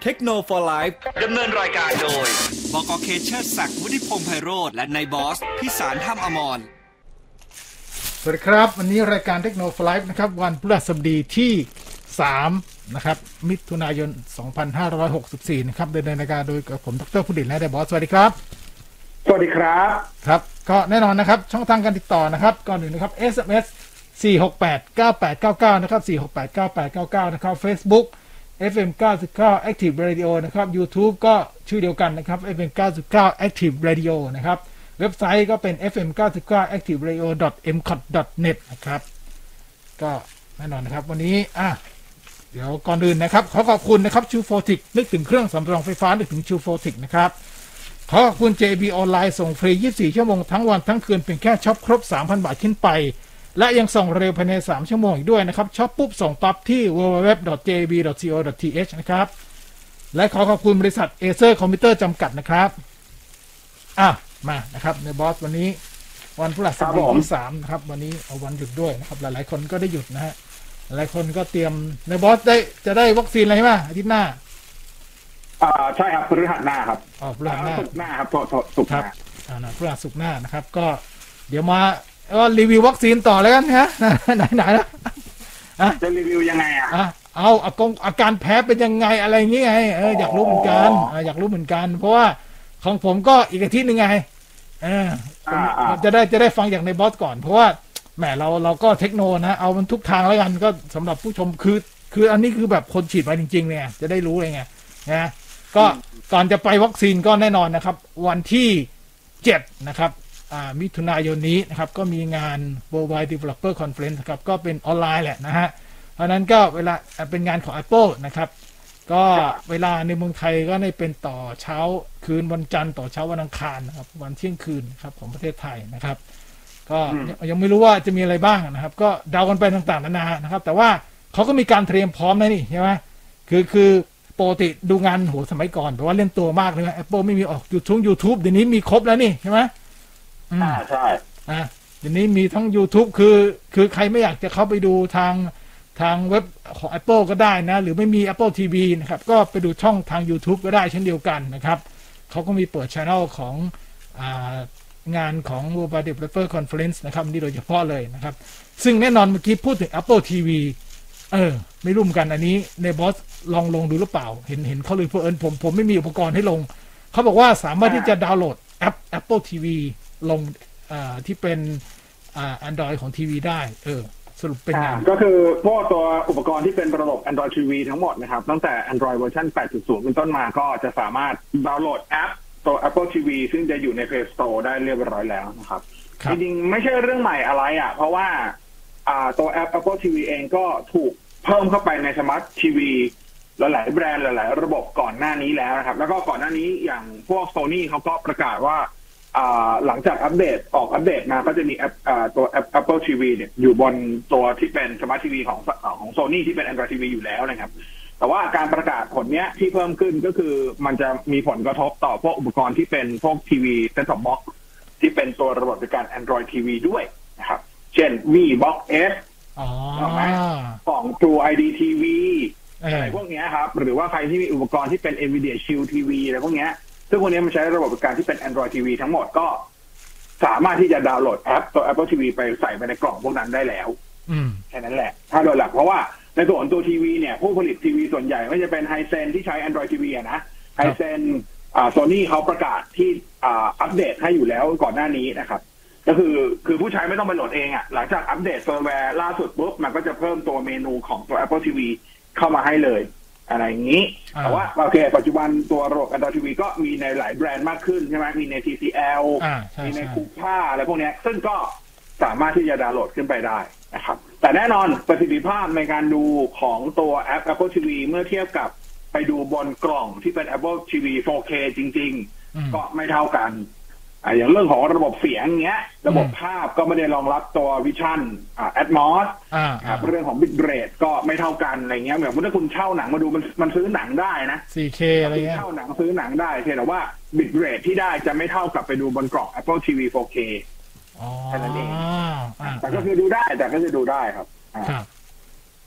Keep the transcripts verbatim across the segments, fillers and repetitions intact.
เทคโนโลยีไลฟ์ดำเนินรายการโดยบก.เคเชอร์ศักดิ์วุฒิพงษ์ไพโรจน์และนายบอสพิสารท่ามอมรสวัสดีครับวันนี้รายการเทคโนโลยีไลฟ์นะครับวันพฤหัสบดีที่สามนะครับมิถุนายนสองพันห้าร้อยหกสิบสี่นะครับดำเนินรายการโดยกับผมดร.พุดิตและนายบอสสวัสดีครับสวัสดีครับครับก็แน่นอนนะครับช่องทางการติดต่อนะครับก่อนอื่นนะครับ เอส เอ็ม เอส สี่ หก แปด เก้า แปด เก้า เก้านะครับสี่ หก แปด เก้า แปด เก้า เก้านะครับ Facebook เอฟ เอ็ม เก้าสิบเก้า Active Radio นะครับ YouTube ก็ชื่อเดียวกันนะครับ เอฟ เอ็ม เก้าสิบเก้า Active Radio นะครับเว็บไซต์ก็เป็น เอฟ เอ็ม เก้าสิบเก้า แอคทีฟ เรดิโอ ดอท เอ็ม คอท ดอท เน็ต นะครับก็แน่นอนนะครับวันนี้อ่ะเดี๋ยวก่อนอื่นนะครับขอขอบคุณนะครับชูโฟติกนึกถึงเครื่องสำรองไฟฟ้านึกถึงชูโฟติกนะครับขอขอบคุณ เจ บี ออนไลน์ส่งฟรียี่สิบสี่ชั่วโมงทั้งวันทั้งคืนเพียงแค่ช็อปครบ สามพัน บาทขึ้นไปและยังส่งเร็วภายในสามชั่วโมงอีกด้วยนะครับช็อปปุ๊บส่งปั๊บที่ ดับเบิลยู ดับเบิลยู ดับเบิลยู ดอท เจ บี ดอท ซี โอ ดอท ที เอช นะครับและขอขอบคุณบริษัท Acer Computer จำกัดนะครับอ่ะมานะครับในบอสวันนี้วันพฤหัสบดีที่สามนะครับวันนี้เอาวันหยุดด้วยนะครับหลายๆคนก็ได้หยุดนะฮะหลายคนก็เตรียมในบอสได้จะได้วัคซีนอะไรไหมอาทิตย์หน้าอ่าใช่ครับพฤหัสหน้าครับอ๋อพฤหัสหน้าศุกร์หน้าครับศุกร์หน้าอ่านะพฤหัสศุกร์หน้านะครับก็เดี๋ยวมาก็รีวิววัคซีนต่อแล้วกันฮะไหนๆแล้วจะรีวิวยังไงอ่ะเอาอาการอาการแพ้เป็นยังไงอะไรอย่างเงี้ยเอออยากรู้เหมือนกันอยากรู้เหมือนกันเพราะว่าของผมก็อีกอาทิตย์นึงไงเออจะได้จะได้ฟังจากในบอสก่อนเพราะว่าแหมเราเราก็เทคโนนะเอามันทุกทางแล้วกันก็สำหรับผู้ชมคือคืออันนี้คือแบบคนฉีดไปจริงๆเนี่ยจะได้รู้เลยไงนะก็ก่อนจะไปวัคซีนก็แน่นอนนะครับวันที่เจ็ดนะครับมิถุนายนนี้นะครับก็มีงาน Worldwide Developer Conference ครับก็เป็นออนไลน์แหละนะฮะเพราะนั้นก็เวลาเป็นงานของ Apple นะครับก็เวลาในเมืองไทยก็ได้เป็นต่อเช้าคืนวันจันทร์ต่อเช้าวันอังคารนะครับวันเที่ยงคืนครับของประเทศไทยนะครับก็ยังไม่รู้ว่าจะมีอะไรบ้างนะครับก็เดากันไปต่างๆนานานะครับแต่ว่าเขาก็มีการเตรียมพร้อมนะนี่ใช่ไหมคือคือปกติดูงานโหสมัยก่อนแปลว่าเล่นตัวมากเลยนะ Apple ไม่มีออก YouTube YouTube เดี๋ยวนี้มีครบแล้วนี่ใช่ไหมอ่าใช่อ่าเดี๋ยวนี้มีทั้ง YouTube คือคือใครไม่อยากจะเข้าไปดูทางทางเว็บของ Apple ก็ได้นะหรือไม่มี Apple ที วี นะครับก็ไปดูช่องทาง YouTube ก็ได้เช่นเดียวกันนะครับเขาก็มีเปิด channel ของอ่างานของ Worldwide Developer Conference นะครับนี่โดยเฉพาะเลยนะครับซึ่งแน่นอนเมื่อกี้พูดถึง Apple ที วี เออไม่รู้เหมือนกันอันนี้ในบอสลองลงดูหรือเปล่าเห็นเห็นเขาเลยเพื่อนผมผมไม่มีอุปกรณ์ให้ลงเขาบอกว่าสามารถที่จะดาวน์โหลดแอป Apple ที วี ลงอ่าที่เป็นอ่า Android ของทีวีได้เออสรุปเป็นไงก็คือพวกตัวอุปกรณ์ที่เป็นระบบ Android ที วี ทั้งหมดนะครับตั้งแต่ Android เวอร์ชัน แปดจุดศูนย์ เป็นต้นมาก็จะสามารถดาวน์โหลดแอปตัว Apple ที วี ซึ่งจะอยู่ใน Play Store ได้เรียบร้อยแล้วนะครับจริงๆไม่ใช่เรื่องใหม่อะไรอ่ะเพราะว่าอ่าตัวแอป Apple ที วี เองก็ถูกเพิ่มเข้าไปใน Smart ที วี หลายๆแบรนด์หลายๆระบบก่อนหน้านี้แล้วนะครับแล้วก็ก่อนหน้านี้อย่างพวก Sony เขาก็ประกาศว่าหลังจากอัปเดตออกอัปเดตมาก็จะมีแอปตัวแอป Apple ที วี เนี่ยอยู่บนตัวที่เป็น Smart ที วี ของของ Sony ที่เป็น Android ที วี อยู่แล้วนะครับแต่ว่าการประกาศผลเนี้ยที่เพิ่มขึ้นก็คือมันจะมีผลกระทบต่อพวกอุปกรณ์ที่เป็นพวกทีวี Set-top Box ที่เป็นตัวระบบในการ Android ที วี ด้วยนะครับเช่น V Box S อ๋อของ True ไอ ดี ที วี อะไรพวกนี้ครับหรือว่าใครที่มีอุปกรณ์ที่เป็น Nvidia Shield ที วี อะไรพวกนี้ซึ่งพวกนี้มันใช้ระบบการที่เป็น Android ที วี ทั้งหมดก็สามารถที่จะดาวน์โหลดแอปตัว Apple ที วี ไปใส่ไปในกล่องพวกนั้นได้แล้วแค่นั้นแหละถ้าโดยหลักเพราะว่าในส่วนตัวทีวีเนี่ยผู้ผลิตทีวีส่วนใหญ่ไม่จะเป็นไฮเซนที่ใช้ Android ที วี อะนะไฮเซนอ่า Sony เขาประกาศที่อ่าอัปเดตให้อยู่แล้วก่อนหน้านี้นะครับก็คือคือผู้ใช้ไม่ต้องไปโหลดเองอ่ะหลังจากอัปเดตเฟิร์มแวร์ล่าสุดปุ๊บมันก็จะเพิ่มตัวเมนูของตัว Apple ที วี เข้ามาให้เลยอะไรอย่างนี้แต่ว่าโอเคปัจจุบันตัวระบบ Android ที วี ก็มีในหลายแบรนด์มากขึ้นใช่ไหมมีใน ที ซี แอล มีในคูค่าอะไรพวกนี้ซึ่งก็สามารถที่จะดาวน์โหลดขึ้นไปได้นะครับแต่แน่นอนประสิทธิภาพในการดูของตัวแอป Apple ที วี เมื่อเทียบกับไปดูบนกล่องที่เป็น Apple ที วี โฟร์เค จริงๆก็ไม่เท่ากันอย่างเรื่องของระบบเสียงเงี้ยระบบภาพก็ไม่ได้รองรับตัว Vision อ่า Atmos ครับเรื่องของ Bit Rate ก็ไม่เท่ากันอะไรเงี้ยเหมือนถ้าคุณเช่าหนังมาดูมันมันซื้อหนังได้นะโฟร์เค อะไรเงี้ยเช่าหนังซื้อหนังได้แต่ว่า Bit Rate ที่ได้จะไม่เท่ากับไปดูบนกล่อง Apple ที วี โฟร์เค แค่นั้นเองแต่ก็คือดูได้แต่ก็จะดูได้ครับครับ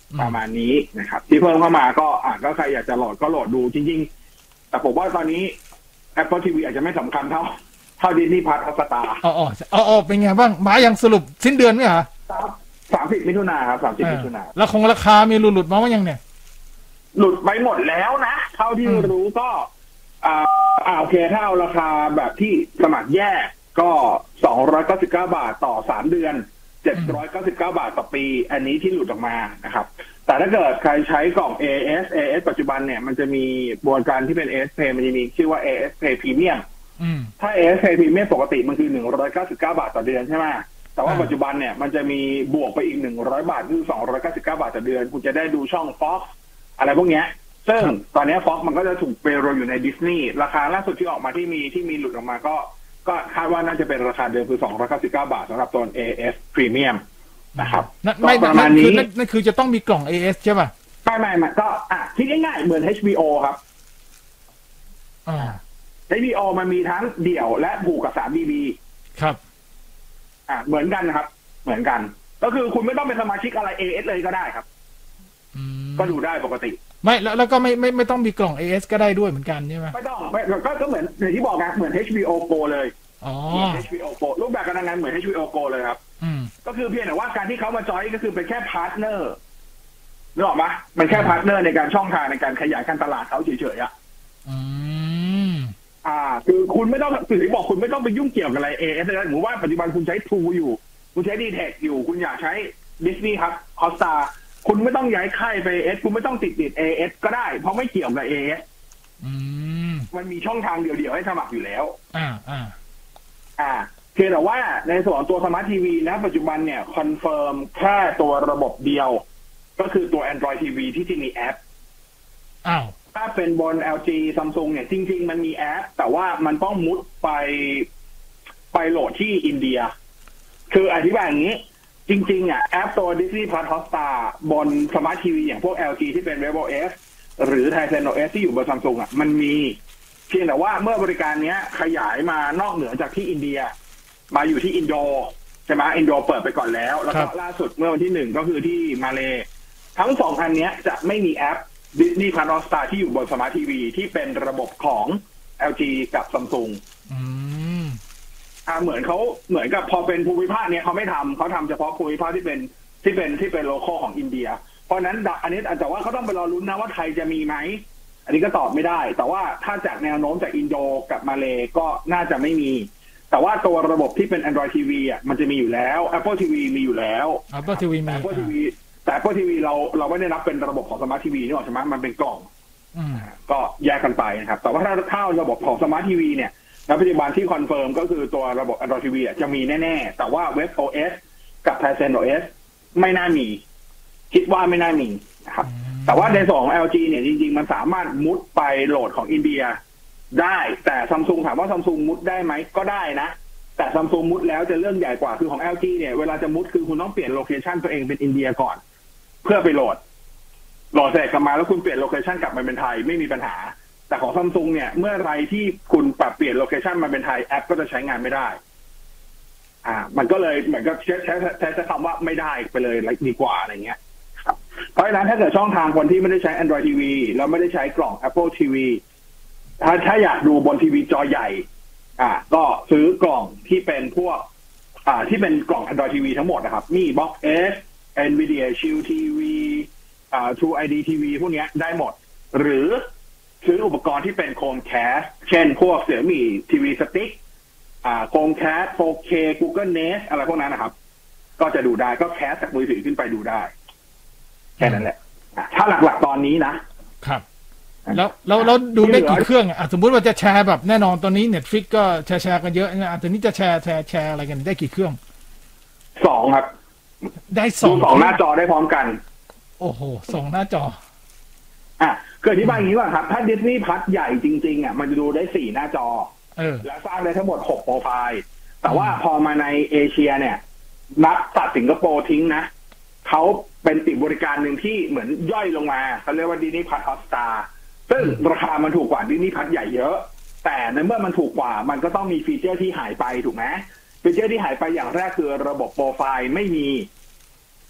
ประมาณนี้นะครับที่เพิ่มเข้ามาก็อ่ะก็ใครอยากจะโหลดก็โหลดดูจริงๆแต่ผมว่าตอนนี้ Apple ที วี อาจจะไม่สำคัญเท่าเท่า Disney Plus Hotstar อ๋ออ๋ออ๋อเป็นไงบ้างมายังสรุปสิ้นเดือนไหมเหรอสามสิบมิถุนาครับสามสิบมิถุนาแล้วคงราคามีหลุดหลุดมาว่ายังเนี่ยหลุดไปหมดแล้วนะเท่าที่รู้ก็อ่าอ่าโอเคถ้าเอาราคาแบบที่สมัครแยกก็สองร้อยเก้าสิบเก้าบาทต่อสามเดือนเจ็ดร้อยเก้าสิบเก้าบาทต่อปีอันนี้ที่หลุดออกมานะครับแต่ถ้าเกิดใครใช้กล่อง เอ เอส เอ เอส ปัจจุบันเนี่ยมันจะมีบริการที่เป็น เอ เอส Pay มันจะมีชื่อว่า เอ เอส Pay Premium ถ้า เอ เอส Pay Premium ปกติมันคือหนึ่งร้อยเก้าสิบเก้าบาทต่อเดือนใช่ไหมแต่ว่าปัจจุบันเนี่ยมันจะมีบวกไปอีกหนึ่งร้อยบาทคือสองร้อยเก้าสิบเก้าบาทต่อเดือนคุณจะได้ดูช่อง Fox อะไรพวกเนี้ยซึ่งตอนนี้ Fox มันก็จะถูกเปโรอยู่ใน Disney ราคาล่าสุดที่ออกมาที่มีที่มีหลุดออกมาก็ก็คาดว่าน่าจะเป็นราคาเดิมคือสองร้อยเก้าสิบเก้าบาทสำหรับตัว เอ เอส Premium นะครับไม่ประมาณนี้นั่นคือจะต้องมีกล่อง เอ เอส ใช่ป่ะไม่ไม่ไม่ก็อ่ะคิดง่ายๆเหมือน เอช บี โอ ครับอ่าเอช บี โอ มันมีทั้งเดี่ยวและผูกกับ ทรี บี บีครับอ่าเหมือนกันนะครับเหมือนกันก็คือคุณไม่ต้องเป็นสมาชิกอะไร เอ เอส เลยก็ได้ครับก็ดูได้ปกติไม่แล้วแล้วก็ไม่ไม่ไม่ต้องมีกล่อง เอ เอส ก็ได้ด้วยเหมือนกันใช่ไหมไม่ต้องไม่ก็ก็เหมือนอย่างที่บอกนะเหมือน เอช บี โอ Go เลยอ๋อเอช บี โอ Go รูปแบบการทำงานเหมือน เอช บี โอ Go เลยครับก็คือเพียงแต่ว่าการที่เขามาจอยก็คือเป็นแค่พาร์ทเนอร์นึกออกไหมมันแค่พาร์ทเนอร์ในการช่องทางในการขยายการตลาดเขาเฉยๆอ่ะอืมอ่าคือคุณไม่ต้องสื่อที่บอกคุณไม่ต้องไปยุ่งเกี่ยวกับอะไร เอ เอส เลยสมมติว่าปัจจุบันคุณใช้ True อยู่คุณใช้ ดี ที เอ ซี อยู่คุณอยากใช้ Disney ครับ Hotstar คุณไม่ต้องย้ายค่ายไป เอ เอส คุณไม่ต้องติดติด เอ เอส ก็ได้เพราะไม่เกี่ยวกับ เอ เอสอืมมันมีช่องทางเดียวๆให้สมัครอยู่แล้วอ่าอ่าอ่าเพียงแต่ว่าในส่วนของตัวสมาร์ททีวีนะปัจจุบันเนี่ยคอนเฟิร์มแค่ตัวระบบเดียวก็คือตัว Android ที วี ที่จะมีแอปอ้าวถ้าเป็นบน แอล จี Samsung เนี่ยจริงๆมันมีแอปแต่ว่ามันต้องมุดไปไปโหลดที่อินเดียคืออธิบายอย่างนี้จริงๆอ่ะแอปตัว Disney Plus Hotstar บนสมาร์ททีวีอย่างพวก แอล จี ที่เป็น webOS หรือ Tizen โอ เอส ที่อยู่บน Samsung อ่ะมันมีเพียงแต่ว่าเมื่อบริการเนี้ยขยายมานอกเหนือจากที่อินเดียมาอยู่ที่อินโดใช่ไหมอินโดเปิดไปก่อนแล้วแล้วก็ล่าสุดเมื่อวันที่หนึ่งก็คือที่มาเลทั้งสองอันนี้จะไม่มีแอป Disney Plus Hotstar ที่อยู่บนสมาร์ททีวีที่เป็นระบบของ แอล จี กับ Samsung อืมอ่าเหมือนเขาเหมือนกับพอเป็นภูมิภาคเนี้ยเขาไม่ทำเขาทำเฉพาะภูมิภาคที่เป็นที่เป็นที่เป็นโลคอลของอินเดียเพราะนั้นอันนี้แต่ว่าเขาต้องไปรอลุ้นนะว่าไทยจะมีไหมอันนี้ก็ตอบไม่ได้แต่ว่าถ้าจากแนวโน้มจากอินโดกับมาเลก็น่าจะไม่มีแต่ว่าตัวระบบที่เป็น Android ที วี อ่ะมันจะมีอยู่แล้ว Apple ที วี มีอยู่แล้ว Apple ที วี มี Apple ที วี แต่ Apple ที วี เราเราไม่ได้นับเป็นระบบของ Smart ที วี นี่หรอกใช่ไหมมันเป็นกล่องก็แยกกันไปนะครับแต่ว่าถ้าถ้าระบบของ Smart ที วี เนี่ยณปัจจุบันที่คอนเฟิร์มก็คือตัวระบบ Android ที วี อ่ะจะมีแน่ๆแต่ว่า webOS กับ Tizen โอ เอส ไม่น่ามีคิดว่าไม่น่ามีนะครับแต่ว่าในส่วนของ แอล จี เนี่ยจริงๆมันสามารถมุดไปโหลดของอินเดียได้แต่ Samsung ถามว่า Samsung มุดได้ไหมก็ได้นะแต่ Samsung มุดแล้วจะเรื่องใหญ่กว่าคือของ แอล จี เนี่ยเวลาจะมุดคือคุณต้องเปลี่ยนโลเคชันตัวเองเป็นอินเดียก่อนเพื่อไปโหลดโหลดเสร็จกลับมาแล้วคุณเปลี่ยนโลเคชันกลับมาเป็นไทยไม่มีปัญหาแต่ของ Samsung เนี่ยเมื่อไรที่คุณปรับเปลี่ยนโลเคชันมาเป็นไทยแอปก็จะใช้งานไม่ได้อ่ามันก็เลยเหมือนกับใช้ใช้ใช้คำว่าไม่ได้ไปเลยดีกว่าอะไรเงี้ยครับเพราะฉะนั้นถ้าเกิดช่องทางคนที่ไม่ได้ใช้ Android ที วี แล้วไม่ได้ใช้กล่อง Apple ที วี ถ้าถ้าอยากดูบนทีวีจอใหญ่อ่าก็ซื้อกล่องที่เป็นพวกอ่าที่เป็นกล่อง Android ที วี ทั้งหมดนะครับมี Box S Nvidia Shield ที วี อ่า True ไอ ดี ที วี พวกนี้ได้หมดหรือซื้ออุปกรณ์ที่เป็น Chromecast เช่นพวกเสี่ยมี่ทีวีสติ๊กอ่า Chromecast โฟร์เค Google Nest อะไรพวกนั้นนะครับก็จะดูได้ก็แคสจากมือถือขึ้นไปดูได้แค่นั้นแหละถ้าหลักๆตอนนี้นะครับแล้วแล้วเราดูได้กี่เครื่องอ่ะสมมุติว่าจะแชร์แบบแน่นอนตอนนี้ Netflix ก็แชร์แชร์กันเยอะนะตอนนี้จะแชร์แชร์แชร์อะไรกันได้กี่เครื่องสองครับได้สองดูสองหน้าจอได้พร้อมกันโอ้โหสองหน้าจออ่ะเกิดที่บ้านอย่างนี้ว่าครับถ้า Disney Plus ใหญ่จริงๆอ่ะมันจะดูได้สี่หน้าจอเออแล้วสร้างได้ทั้งหมดหกโปรไฟล์แต่ว่าพอมาในเอเชียเนี่ยนับตัดสิงคโปร์ทิ้งนะเขาเป็นติดบริการหนึ่งที่เหมือนย่อยลงมาเขาเรียกว่า Disney Plus Hotstar ซึ่งราคามันถูกกว่า Disney Plus ใหญ่เยอะแต่ในเมื่อมันถูกกว่ามันก็ต้องมีฟีเจอร์ที่หายไปถูกไหมฟีเจอร์ที่หายไปอย่างแรกคือระบบโปรไฟล์ไม่มี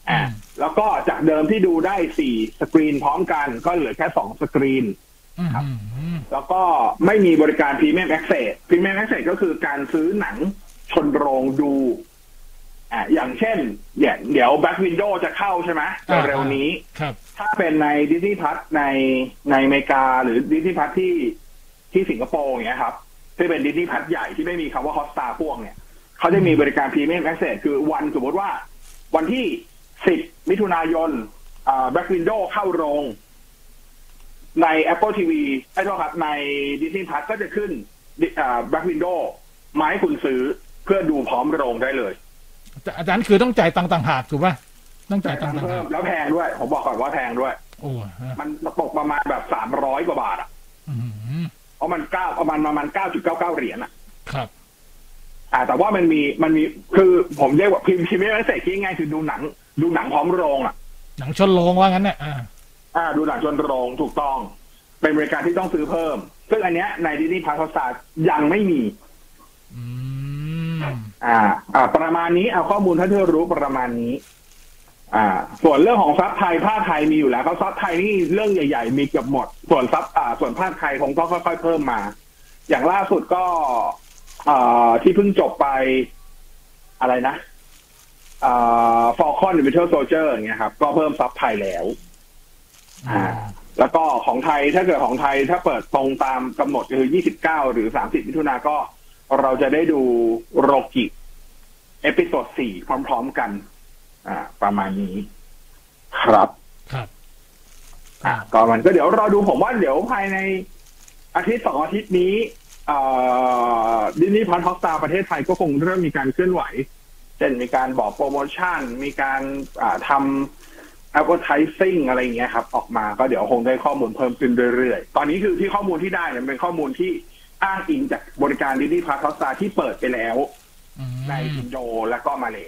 อ่าแล้วก็จากเดิมที่ดูได้สี่สกรีนพร้อมกันก็เหลือแค่สองสกรีนครับแล้วก็ไม่มีบริการ Premium Access Premium Access ก็คือการซื้อหนังชนโรงดูอ่าอย่างเช่นเดี๋ยวเดี๋ยว Black Widow จะเข้าใช่ไหมเร็วนี้ถ้าเป็นใน Disney Plus ในในอเมริกาหรือ Disney Plus ที่ที่สิงคโปร์อย่างเงี้ยครับที่เป็น Disney Plus ใหญ่ที่ไม่มีคำว่า Hotstar พ่วงเนี่ยเขาจะมีบริการ Premium Access คือวันสมมติว่าวันที่สิบมิถุนายนอ่า Black Widow เข้าโรงใน Apple ที วี ไอ้โทษครับใน Disney Plus ก็จะขึ้นอ่า Black Widow มาให้คุณซื้อเพื่อดูพร้อมโรงได้เลยอาจารย์คือต้องจ่ายตังค์ต่างหากถูกป่ะต้องจ่ายตังค์ต่างหากแล้วแพงด้วยผมบอกก่อนว่าแพงด้วยโอ้มันตกประมาณแบบสามร้อยกว่าบาทอ่ะเพราะมันเก้าประมาณประมาณเก้าจุดเก้าเก้าเหรียญอ่ะครับอ่าแต่ว่ามันมีมันมีคือผมเรียกว่าพิมพ์พิมพ์ไม่ใส่ที่ง่ายคือดูหนังดูหนังพร้อมโรงอ่ะหนังชนโรงว่างั้นเนี่ยอ่าอ่าดูหนังชนโรงถูกต้องเป็นบริการที่ต้องซื้อเพิ่มซึ่งอันเนี้ยใน Disney Plus Hotstar ยังไม่มีอืมอ่าอ่าประมาณนี้เอาข้อมูลท่านที่รู้ประมาณนี้อ่าส่วนเรื่องของซับไทยภาคไทยมีอยู่แล้วเพราะซับไทยนี่เรื่องใหญ่ๆมีเกือบหมดส่วนซับอ่าส่วนภาคไทยคงต้องค่อยๆเพิ่มมาอย่างล่าสุดก็อ่าที่เพิ่งจบไปอะไรนะอ่า Falcon and Winter Soldier อย่างเงี้ยครับก็เพิ่มซับไทยแล้วอ่าแล้วก็ของไทยถ้าเกิดของไทยถ้าเปิดตรงตามกำหนดคือยี่สิบเก้าหรือสามสิบมิถุนายนก็เราจะได้ดูโรกิเอพิโซดสี่พร้อมๆกันอ่าประมาณนี้ครับครับอ่าก็มันก็เดี๋ยวรอดูผมว่าเดี๋ยวภายในอาทิตย์สองอาทิตย์นี้อ่าดิสนีย์พลัส Hotstar ประเทศไทยก็คงเริ่มมีการเคลื่อนไหวเช่นมีการบอกโปรโมชั่นมีการอ่าทำ advertising อะไรอย่างเงี้ยครับออกมาก็เดี๋ยวคงได้ข้อมูลเพิ่มขึ้นเรื่อยๆตอนนี้คือที่ข้อมูลที่ได้เนี่ยเป็นข้อมูลที่อ้างอิงจากบริการ Disney Plus Hotstar ที่เปิดไปแล้วในอินโดและก็มาเล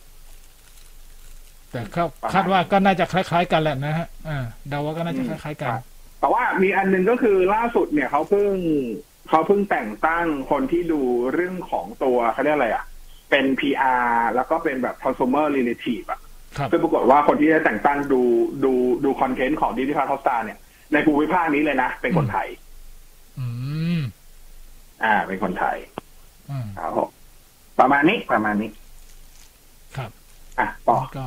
แต่คาดว่าก็น่าจะคล้ายๆกันแหละนะฮะอ่าเดาว่าก็น่าจะคล้ายๆกันแต่ว่ามีอันนึงก็คือล่าสุดเนี่ยเขาเพิ่งเขาเพิ่งแต่งตั้งคนที่ดูเรื่องของตัวเขาเรียกอะไรอ่ะเป็น พี อาร์ แล้วก็เป็นแบบ consumer relative อ่ะซึ่งปรากฏว่าคนที่ได้แต่งตั้งดูดูดูคอนเทนต์ของ Disney Plus Hotstar เนี่ยในภูมิภาคนี้เลยนะเป็นคนไทยอืมอ่าเป็นคนไทยครับประมาณนี้ประมาณนี้ครับอ่ะต่อก็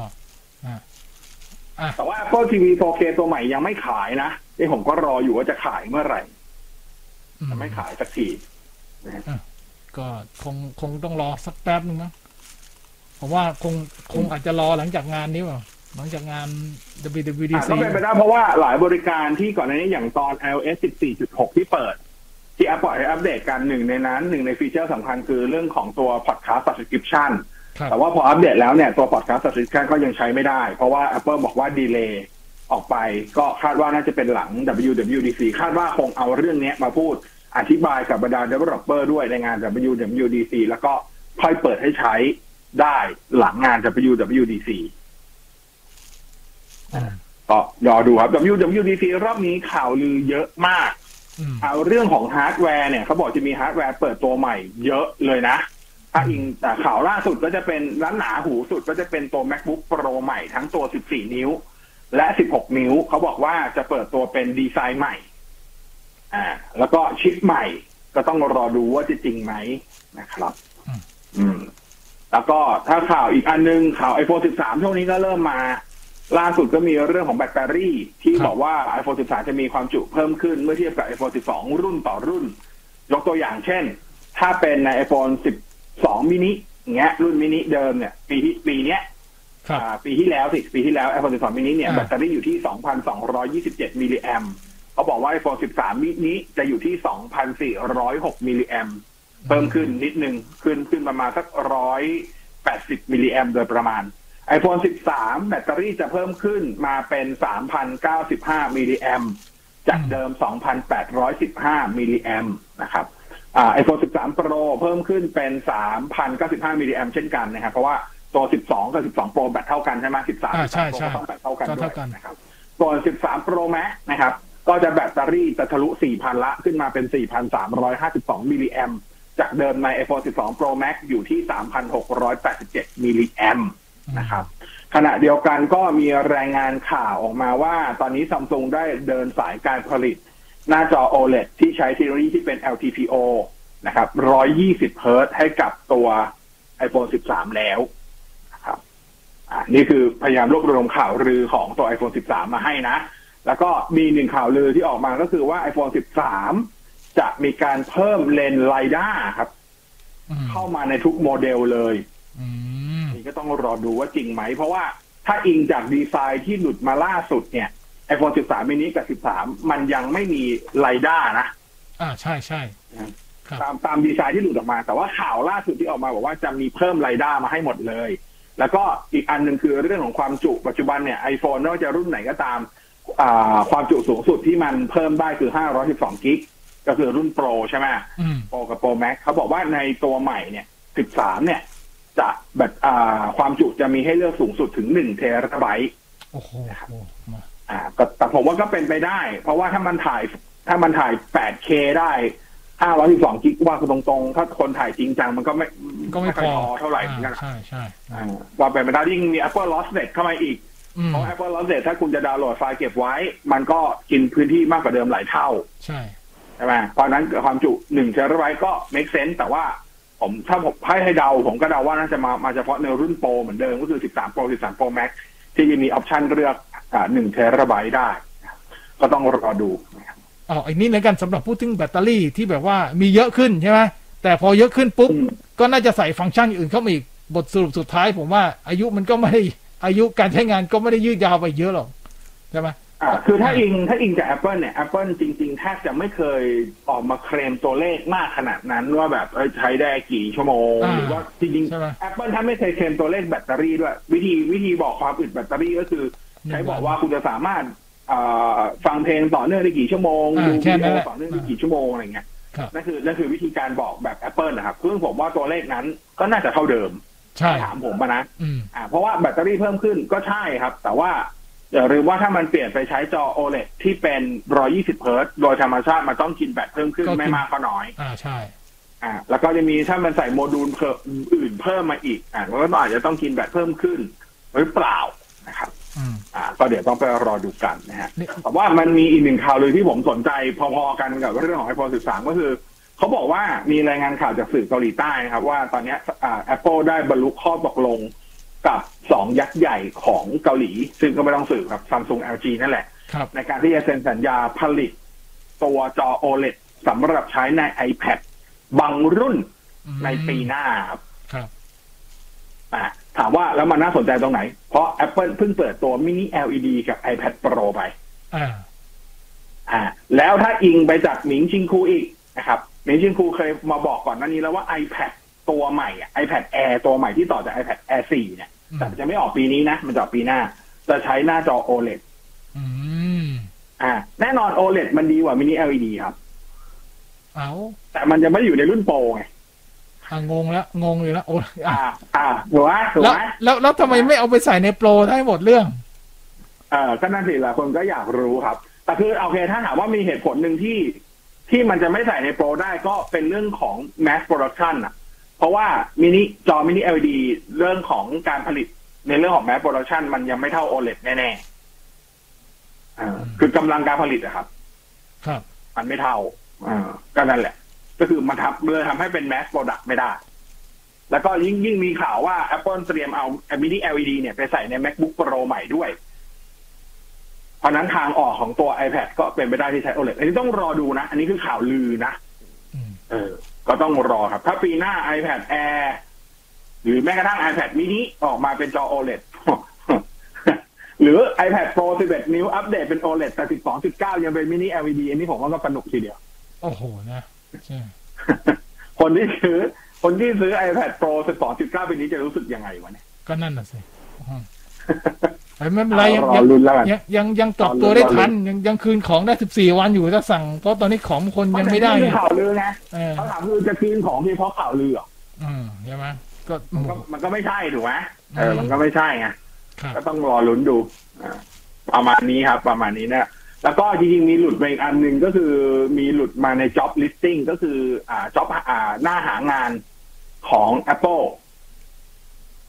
แต่ว่า Apple ที วี โฟร์เค ตัวใหม่ยังไม่ขายนะที่ผมก็รออยู่ว่าจะขายเมื่อไหร่จะไม่ขายสักทีก็คงคงต้องรอสักแป๊บนึงนะผมว่าคงคงอาจจะรอหลังจากงานนี้ป่ะหลังจากงาน ดับเบิลยู ดับเบิลยู ดี ซีก็เป็นไปได้เพราะว่าหลายบริการที่ก่อนหน้านี้อย่างตอน iOS สิบสี่จุดหก ที่เปิดที่ Apple ให้อัปเดตกันหนึ่งในนั้นหนึ่งในฟีเจอร์สำคัญคือเรื่องของตัว Podcast Subscription แต่ว่าพออัปเดตแล้วเนี่ยตัว Podcast Subscription ก็ยังใช้ไม่ได้เพราะว่า Apple บอกว่าดีเลย์ออกไปก็คาดว่าน่าจะเป็นหลัง ดับเบิลยู ดับเบิลยู ดี ซี คาดว่าคงเอาเรื่องนี้มาพูดอธิบายกับบรรดา developer ด้วยในงาน ดับเบิลยู ดับเบิลยู ดี ซี แล้วก็ค่อยเปิดให้ใช้ได้หลังงาน ดับเบิลยู ดับเบิลยู ดี ซี ก็รอดูครับ ดับเบิลยู ดับเบิลยู ดี ซี รอบนี้ข่าวลือเยอะมากเอาเรื่องของฮาร์ดแวร์เนี่ยเขาบอกจะมีฮาร์ดแวร์เปิดตัวใหม่เยอะเลยนะถ้าอิงแต่ข่าวล่าสุดก็จะเป็นร้านหนาหูสุดก็จะเป็นตัว MacBook Pro ใหม่ทั้งตัวสิบสี่นิ้วและสิบหกนิ้วเขาบอกว่าจะเปิดตัวเป็นดีไซน์ใหม่อ่าแล้วก็ชิปใหม่ก็ต้องรอดูว่าจะจริงไหมนะครับอืมแล้วก็ถ้าข่าวอีกอันนึงข่าว iPhone สิบสามช่วงนี้ก็เริ่มมาล่าสุดก็มีเรื่องของแบตเตอรี่ที่บอกว่า iPhone สิบสามจะมีความจุเพิ่มขึ้นเมื่อเทียบกับ iPhone สิบสองรุ่นต่อรุ่นยกตัวอย่างเช่นถ้าเป็นใน iPhone สิบสอง mini อย่างเงี้ยรุ่น mini เดิมเนี่ยปีที่ปีเนี้ยอ่าปีที่แล้วสิปีที่แล้ว iPhone สิบสอง mini เนี่ยแบตเตอรี่อยู่ที่ สองพันสองร้อยยี่สิบเจ็ด มิลลิแอมป์เขาบอกว่า iPhone สิบสาม mini จะอยู่ที่ สองพันสี่ร้อยหก มิลลิแอมป์เพิ่มขึ้นนิดนึงขึ้นขึ้นประมาณสักหนึ่งร้อยแปดสิบมิลลิแอมป์โดยประมาณ iPhone สิบสาม แบตเตอรี่จะเพิ่มขึ้นมาเป็น สามพันเก้าสิบห้า มิลลิแอมป์จากเดิม สองพันแปดร้อยสิบห้า มิลลิแอมป์นะครับอ่า iPhone สิบสาม Pro เพิ่มขึ้นเป็น สามพันเก้าสิบห้า มิลลิแอมป์เช่นกันนะครับเพราะว่าตัวสิบสองกับสิบสอง Pro แบตเท่ากันใช่ไหมสิบสามใช่ใช่ต้องแบตเท่ากันด้วยนะครับส่วนสิบสาม Pro Max นะครับก็จะแบตเตอรี่จะทะลุ สี่พัน ละขึ้นมาเป็น สี่พันสามร้อยห้าสิบสอง มิลลิแอมป์จากเดิมใน iPhone สิบสอง Pro Max อยู่ที่ สามพันหกร้อยแปดสิบเจ็ด มิลลิแอมป์นะครับขณะเดียวกันก็มีรายงานข่าวออกมาว่าตอนนี้ Samsung ได้เดินสายการผลิตหน้าจอ โอ แอล อี ดี ที่ใช้เทคโนโลยีที่เป็น แอล ที พี โอ นะครับหนึ่งร้อยยี่สิบเฮิร์ตซ์ให้กับตัว iPhone สิบสาม แล้วนะครับอ่านี่คือพยายามรวบรวมข่าวลือของตัว iPhone สิบสาม มาให้นะแล้วก็มีหนึ่งข่าวลือที่ออกมาก็คือว่า iPhone สิบสาม จะมีการเพิ่มเลนส์ไลด้าครับเข้ามาในทุกโมเดลเลยนี่ก็ต้องรอดูว่าจริงไหมเพราะว่าถ้าอิงจากดีไซน์ที่หลุดมาล่าสุดเนี่ย iPhone สิบสาม mini กับสิบสาม มันยังไม่มีไลด้านะอ่าใช่ใช่ตามตามดีไซน์ที่หลุดออกมาแต่ว่าข่าวล่าสุดที่ออกมาบอกว่าจะมีเพิ่มไลด้ามาให้หมดเลยแล้วก็อีกอันหนึ่งคือเรื่องของความจุปัจจุบันเนี่ย iPhone ไม่ว่าจะรุ่นไหนก็ตามอ่าความจุสูงสุดที่มันเพิ่มได้คือห้าร้อยสิบสองกิกก็คือรุ่นโปรใช่ไหมโปรกับโปรแม็กเขาบอกว่าในตัวใหม่เนี่ยสิบสามเนี่ยจะแบบอ่าความจุจะมีให้เลือกสูงสุดถึงหนึ่งเทราไบต์โอ้โหอ่าแต่ผมว่าก็เป็นไปได้เพราะว่าถ้ามันถ่ายถ้ามันถ่าย แปดเค ได้ห้าร้อยสิบสองกิกว่าตรงๆถ้าคนถ่ายจริงจังมันก็ไม่ก็ไม่พอเท่าไหร่เหมือนกันใช่ใช่อ่าว่าเป็นไปได้ยิ่งมี Apple Lossless เข้ามาอีกเพราะ Apple Lossless ถ้าคุณจะดาวน์โหลดไฟล์เก็บไว้มันก็กินพื้นที่มากกว่าเดิมหลายเท่าใช่ใช่ไหมเพราะนั้นความจุหนึ่งเทราไบต์ก็ make sense แต่ว่าผมถ้าผมให้ให้เดาผมก็เดาว่าน่าจะมามาเฉพาะในรุ่นโปรเหมือนเดิมก็คือสิบสาม Pro สิบสาม Pro Max ที่จะมีออปชันเลือกอ่าหนึ่งเทราไบต์ได้ก็ต้องรอดูอ๋อไอ้นี่เลยกันสำหรับพูดถึงแบตเตอรี่ที่แบบว่ามีเยอะขึ้นใช่ไหมแต่พอเยอะขึ้นปุ๊บก็น่าจะใส่ฟังก์ชันอื่นเข้ามาอีกบทสรุปสุดท้ายผมว่าอายุมันก็ไม่ได้อายุการใช้งานก็ไม่ได้ยืดยาวไปเยอะหรอกใช่ไหมอ่าคือถ้าอิงถ้าอิงจาก Apple เนี่ย Apple จริงๆแทบจะไม่เคยออกมาเคลมตัวเลขมากขนาดนั้นว่าแบบเออใช้ได้กี่ชั่วโมงหรือว่าจริงๆ Apple ถ้าไม่เคยเคลมตัวเลขแบตเตอรี่ด้วยวิธีวิธีบอกความอึดแบตเตอรี่ก็คือใช้บอกว่าคุณจะสามารถฟังเพลงต่อเนื่องได้กี่ชั่วโมงดูวิดีโอต่อเนื่องได้กี่ชั่วโมงอะไรเงี้ยนั่นคือนั่นคือวิธีการบอกแบบ Apple นะครับซึ่งผมว่าตัวเลขนั้นก็น่าจะเท่าเดิมถามผมนะอ่าเพราะว่าแบตเตอรี่เพิ่มขึ้นก็ใช่ครับแต่ว่าอย่าลืมว่าถ้ามันเปลี่ยนไปใช้จอ โอ แอล อี ดี ที่เป็นหนึ่งร้อยยี่สิบเฮิร์ตซ์โดยธรรมชาติมันต้องกินแบตเพิ่มขึ้นไม่มากก็น้อยอ่าใช่อ่าแล้วก็จะมีถ้ามันใส่โมดูลเพิ่มอื่นเพิ่มมาอีกอ่ามันก็อาจจะต้องกินแบตเพิ่มขึ้นหรือเปล่านะครับอ่าก็เดี๋ยวต้องไปรอดูกันนะฮะแต่ว่ามันมีอีกหนึ่งข่าวเลยที่ผมสนใจพอๆกันกับเรื่องของ iPhone สิบสามก็คือเขาบอกว่ามีรายงานข่าวจากสื่อเกาหลีใต้นะครับว่าตอนนี้อ่า Apple ได้บรรลุข้อตกลงกับสองยักษ์ใหญ่ของเกาหลีซึ่งก็ไม่ต้องสื่อครับ Samsung แอล จี นั่นแหละในการที่จะเซ็นสัญญาผลิตตัวจอ โอ แอล อี ดี สำหรับใช้ใน iPad บางรุ่นในปีหน้าครับอ่าถามว่าแล้วมันน่าสนใจตรงไหนเพราะ Apple เพิ่งเปิดตัว Mini แอล อี ดี กับ iPad Pro ไปอ่าอ่าแล้วถ้าอิงไปจากหมิงชิงคูอีกนะครับหมิงชิงคูเคยมาบอกก่อนหน้านี้แล้วว่า iPad ตัวใหม่อ่ะ iPad Air ตัวใหม่ที่ต่อจาก iPad Air สี่เนี่ยแต่จะไม่ออกปีนี้นะมันจะออกปีหน้าจะใช้หน้าจอ โอ แอล อี ดี อืมอ่าแน่นอน โอ แอล อี ดี มันดีกว่า Mini แอล อี ดี ครับเอาแต่มันจะไม่อยู่ในรุ่นโปรไงอ่างงแล้วงงเลยแล้วโอ้อ่าอ่าถูกไหมถูกไหมแล้วแล้วทำไมไม่เอาไปใส่ในโปรให้หมดเรื่องเออก็นั่นสิหลายคนก็อยากรู้ครับแต่คือโอเคถ้าถามว่ามีเหตุผลหนึ่งที่ที่มันจะไม่ใส่ในโปรได้ก็เป็นเรื่องของ mass production อ่ะเพราะว่ามินิจอมินิ แอล อี ดี เรื่องของการผลิตในเรื่องของ mass production มันยังไม่เท่า โอ แอล อี ดี แน่ๆอ่าคือกำลังการผลิตอะครับครับมันไม่เท่าอ่าก็นั่นแหละก็คือมันทำเลยทำให้เป็น mass product ไม่ได้แล้วก็ยิ่งยิ่งมีข่าวว่า Apple เตรียมเอา Mini แอล อี ดี เนี่ยไปใส่ใน MacBook Pro ใหม่ด้วยเพราะนั้นทางออกของตัว iPad ก็เป็นไปได้ที่ใช้ โอ แอล อี ดี อันนี้ต้องรอดูนะอันนี้คือข่าวลือนะเออก็ต้องรอครับถ้าปีหน้า iPad Air หรือแม้กระทั่ง iPad mini ออกมาเป็นจอ โอ แอล อี ดี หรือ iPad Pro สิบเอ็ด นิ้วอัปเดตเป็น โอ แอล อี ดี แต่ สิบสองจุดเก้า ยังเป็น Mini แอล อี ดี อันนี้ผมว่าก็สนุกทีเดียวโอ้โหนะใช่คนที่ซื้อคนที่ซื้อ iPad Pro สิบสองจุดเก้า ปีนี้จะรู้สึกยังไงวะเนี่ยก็นั่นน่ะสิไม่เป็นไรยังยังยังยังกลับตัวได้ทันยังยังคืนของได้สิบสี่วันอยู่ถ้าสั่งเพราะตอนนี้ของคนยังไม่ได้ไงข่าวลือไงเขาถามคือจะคืนของเพราะข่าวลืออืมใช่ไหมก็มันก็มันก็ไม่ใช่ถูกไหมเออมันก็ไม่ใช่ไงก็ต้องรอลุ้นดูประมาณนี้ครับประมาณนี้นะแล้วก็จริงๆมีหลุดไปอีกอันหนึ่งก็คือมีหลุดมาใน job listing ก็คืออ่า job อ่าหน้าหางานของ Apple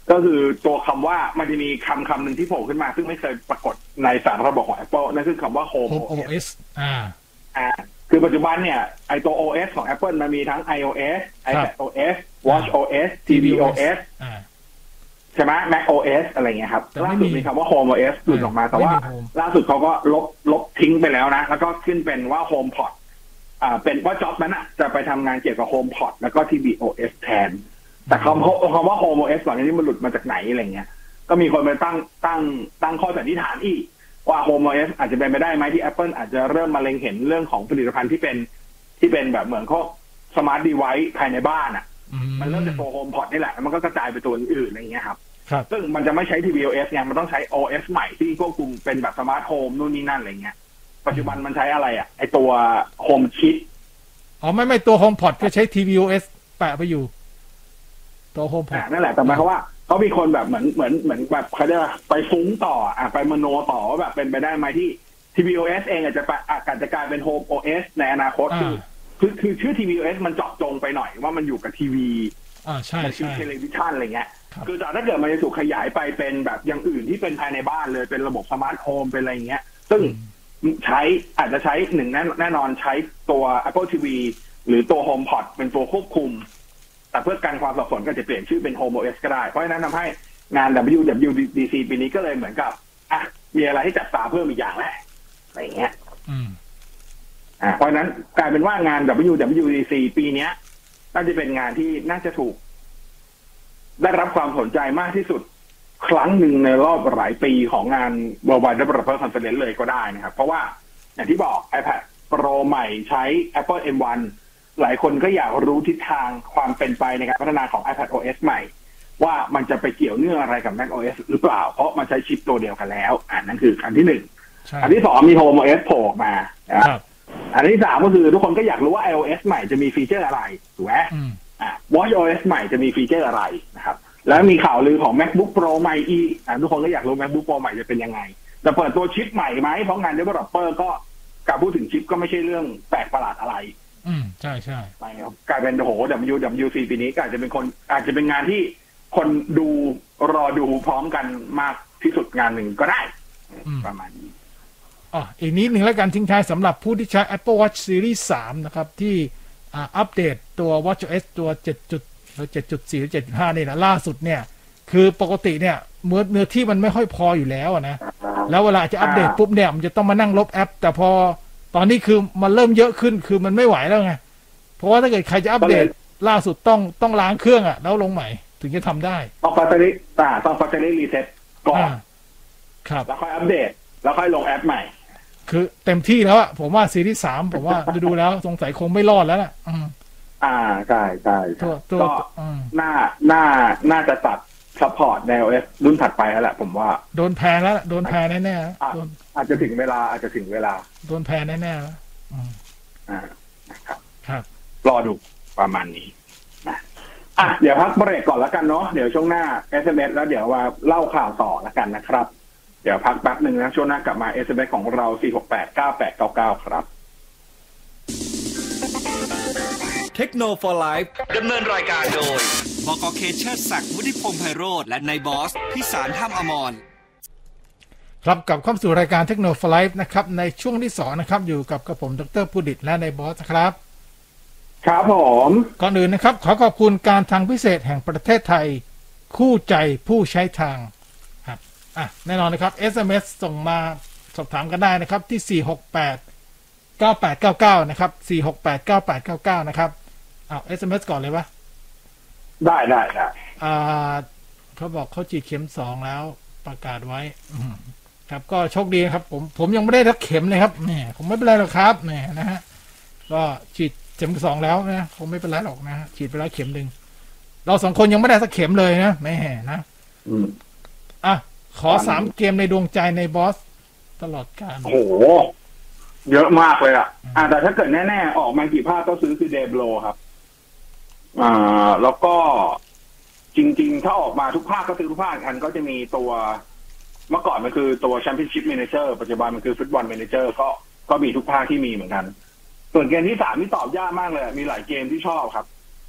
ก็คือตัวคำว่ามันจะมีคำคำหนึ่งที่โผล่ขึ้นมาซึ่งไม่เคยปรากฏในสารระบบของ Apple นั่นคือคำว่า Home โอเอส อ่าอ่าคือปัจจุบันเนี่ยไอตัว โอ เอส ของ Apple มันมีทั้ง iOS iPadOS watchOS ที วี โอ เอสอ่าใช่ไหม macOS อะไรเงี้ยครับล่าสุดมีคำว่า HomeOS หลุดออกมาแต่ว่าล่าสุดเขาก็ลบลบทิ้งไปแล้วนะแล้วก็ขึ้นเป็นว่า HomePod อ่าเป็นว่าจ็อบนั้นอ่ะจะไปทำงานเกี่ยวกับ HomePod แล้วก็ ที วี โอ เอส แทนแต่คำคำว่า HomeOS ก่อนนี้มันหลุดมาจากไหนอะไรเงี้ยก็มีคนไปตั้งตั้งตั้งข้อสันนิษฐานอีกว่า HomeOS อาจจะเป็นไปได้ไหมที่ Apple อาจจะเริ่มมาเล็งเห็นเรื่องของผลิตภัณฑ์ที่เป็นที่เป็นแบบเหมือนเขาสมาร์ทดีไวซ์ภายในบ้านอ่ะมันเริ่มจากตัว HomePod นี่แหละมันก็กระจายไปตัวอื่นๆอะไรเงี้ยครับซึ่งมันจะไม่ใช้ ที วี โอ เอส ไงมันต้องใช้ โอ เอส ใหม่ที่ควบคุมเป็นแบบสมาร์ทโฮมนู่นนี่นั่นอะไรเงี้ยปัจจุบันมันใช้อะไรอ่ะไอตัว Home Kit อ๋อไม่ไม่ตัว HomePod ก็ใช้ ที วี โอ เอส แปะไปอยู่ตัว HomePod นั่นแหละแต่หมายความว่าเขามีคนแบบเหมือนเหมือนเหมือนแบบเขาเรียกว่าไปฟุ้งต่ออ่ะไปมโนต่อว่าแบบเป็นไปได้ไหมที่ ที วี โอ เอส เองอาจจะอาจจะกลายเป็น Home โอ เอส ในอนาคตคือคือคือชื่อ ที วี โอ เอส มันเจาะจงไปหน่อยว่ามันอยู่กับทีวีอ่าใช่ใช่เทเลวิชันอะไรเงี้ยคือถ้าเกิดมันจะถูกขยายไปเป็นแบบอย่างอื่นที่เป็นภายในบ้านเลยเป็นระบบสมาร์ทโฮมเป็นอะไรเงี้ยซึ่งใช้อาจจะใช้หนึ่งแน่นอนใช้ตัว Apple ที วี หรือตัว HomePod เป็นตัวควบคุมแต่เพื่อการความสับสนก็จะเปลี่ยนชื่อเป็น HomeOS ก็ได้เพราะฉะนั้นทำให้งาน ดับเบิลยู ดับเบิลยู ดี ซี ปีนี้ก็เลยเหมือนกับอ่ะมีอะไรให้จับตาเพิ่มอีกอย่างแหละอะไรเงี้ยอ่าเพราะฉะนั้นกลายเป็นว่างาน ดับเบิลยู ดับเบิลยู ดี ซี ปีนี้น่าจะเป็นงานที่น่าจะถูกได้รับความสนใจมากที่สุดครั้งหนึ่งในรอบหลายปีของงาน Worldwide Developer Conference เลยก็ได้นะครับเพราะว่าอย่างที่บอก iPad Pro ใหม่ใช้ Apple เอ็ม วัน หลายคนก็อยากรู้ทิศทางความเป็นไปในการพัฒนาของ iPadOS ใหม่ว่ามันจะไปเกี่ยวเนื่องอะไรกับ macOS หรือเปล่าเพราะมันใช้ชิปตัวเดียวกันแล้วอันนั้นคืออันที่หนึ่งอันที่สองมี HomeOS โผล่ออกมาอันที่สามก็คือทุกคนก็อยากรู้ว่า iOS ใหม่จะมีฟีเจอร์อะไรถูกไหมอ่า watchOS ใหม่จะมีฟีเจอร์อะไรนะครับแล้วมีข่าวลือของ MacBook Pro ใหม่อีกอ่าทุกคนก็อยากรู้ MacBook Pro ใหม่จะเป็นยังไงจะเปิดตัวชิปใหม่ไหมเพราะงาน Developer ก็การพูดถึงชิปก็ไม่ใช่เรื่องแปลกประหลาดอะไรอืมใช่ใช่กลายเป็นโอ้โห ดับเบิลยู ดับเบิลยู ซี ปีนี้ก็อาจจะเป็นคนอาจจะเป็นงานที่คนดูรอดูพร้อมกันมากที่สุดงานหนึ่งก็ได้ประมาณนี้อ๋ออีกนิดหนึ่งแล้วกันทิ้งท้ายสำหรับผู้ที่ใช้ Apple Watch Series สามนะครับที่อัปเดตตัว watchOS ตัวเจ็ดจุดหรือเจ็ดจุดสี่หรือเจ็ดจุดห้านี่นะล่าสุดเนี่ยคือปกติเนี่ยเมื่อเนื้อที่มันไม่ค่อยพออยู่แล้วนะแล้วเวลาจะอัปเดตปุ๊บเนี่ยมันจะต้องมานั่งลบแอปแต่พอตอนนี้คือมันเริ่มเยอะขึ้นคือมันไม่ไหวแล้วไงเพราะว่าถ้าเกิดใครจะอัปเดตล่าสุดต้องต้องล้างเครื่องอ่ะแล้วลงใหม่ถึงจะทำได้ต้องฟัตเตอรี่ต่าต้องฟัตเตอรี่รีเซ็ตก่อนครับแล้วค่อยอัปเดตแล้วค่อยลงแอปใหม่คือเต็มที่แล้วอ่ะผมว่าซีรีส์สามผมว่าดูแล้วสงสัยคงไม่รอดแล้วล่ะอ่าใช่ใช่ก็น่าน่าน่าจะตัดซัพพอร์ตใน โอ เอส รุ่นถัดไปแล้วแหละผมว่าโดนแพงแล้วโดนแพงแน่ๆอาจจะถึงเวลาอาจจะถึงเวลาโดนแพงแน่ๆแล้วอ่าครับครับรอดูประมาณนี้นะอ่ะเดี๋ยวพักเบรกก่อนแล้วกันเนาะเดี๋ยวช่วงหน้า เอส เอ็ม เอส แล้วเดี๋ยวว่าเล่าข่าวต่อแล้วกันนะครับเดี๋ยวพักแป๊บหนึ่งนะช่วงหน้ากลับมา เอส เอ็ม เอส ของเรา สี่ หก แปด เก้า แปด เก้า เก้า ครับเทคโนโลยี Life ดำเนินรายการโดยบก.เคเชอร์ศักดิ์วุฒิพงษ์ไพโรจน์และนายบอสพิสารท่ามอมรครับกลับเข้าสู่รายการเทคโนโลยี Life นะครับในช่วงที่สองนะครับอยู่กับกระผมดร.พุดิษฐ์และนายบอสครับครับผมก่อนอื่นนะครับขอขอบคุณการทางพิเศษแห่งประเทศไทยคู่ใจผู้ใช้ทางครับอ่ะแน่นอนนะครับ เอส เอ็ม เอส ส่งมาสอบถามกันได้นะครับที่สี่ หก แปด เก้า แปด เก้า เก้านะครับสี่ หก แปด เก้า แปด เก้า เก้านะครับอ้าว เอส เอ็ม เอส ก่อนเลยปะได้ได้ได้อ่าเขาบอกเขาฉีดเข็มสองแล้วประกาศไว้ครับก็โชคดีครับผมผมยังไม่ได้รับเข็มเลยครับแหมผมไม่เป็นไรหรอกครับแหมนะฮะก็ฉีดเข็มสองแล้วนะคงไม่เป็นไรหรอกนะฉีดไปแล้วเข็มหนึ่งเราสองคนยังไม่ได้สักเข็มเลยนะไม่แห่นะอ่ะขอสามเกมในดวงใจในบอสตลอดกาลโอ้โหเยอะมากเลยอ่ะอ่าแต่ถ้าเกิดแน่ๆออกมากี่ภาคก็ซื้อคือเดบโลครับอ่าแล้วก็จริงๆถ้าออกมาทุกภาคก็ซื้อทุกภาคอันก็จะมีตัวเมื่อก่อนมันคือตัวแชมเปี้ยนชิพแมเนเจอร์ปัจจุบันมันคือฟุตบอลแมเนเจอร์ก็ก็มีทุกภาคที่มีเหมือนกันส่วนเกมที่สามที่ตอบยากมากเลยมีหลายเกมที่ชอบครับ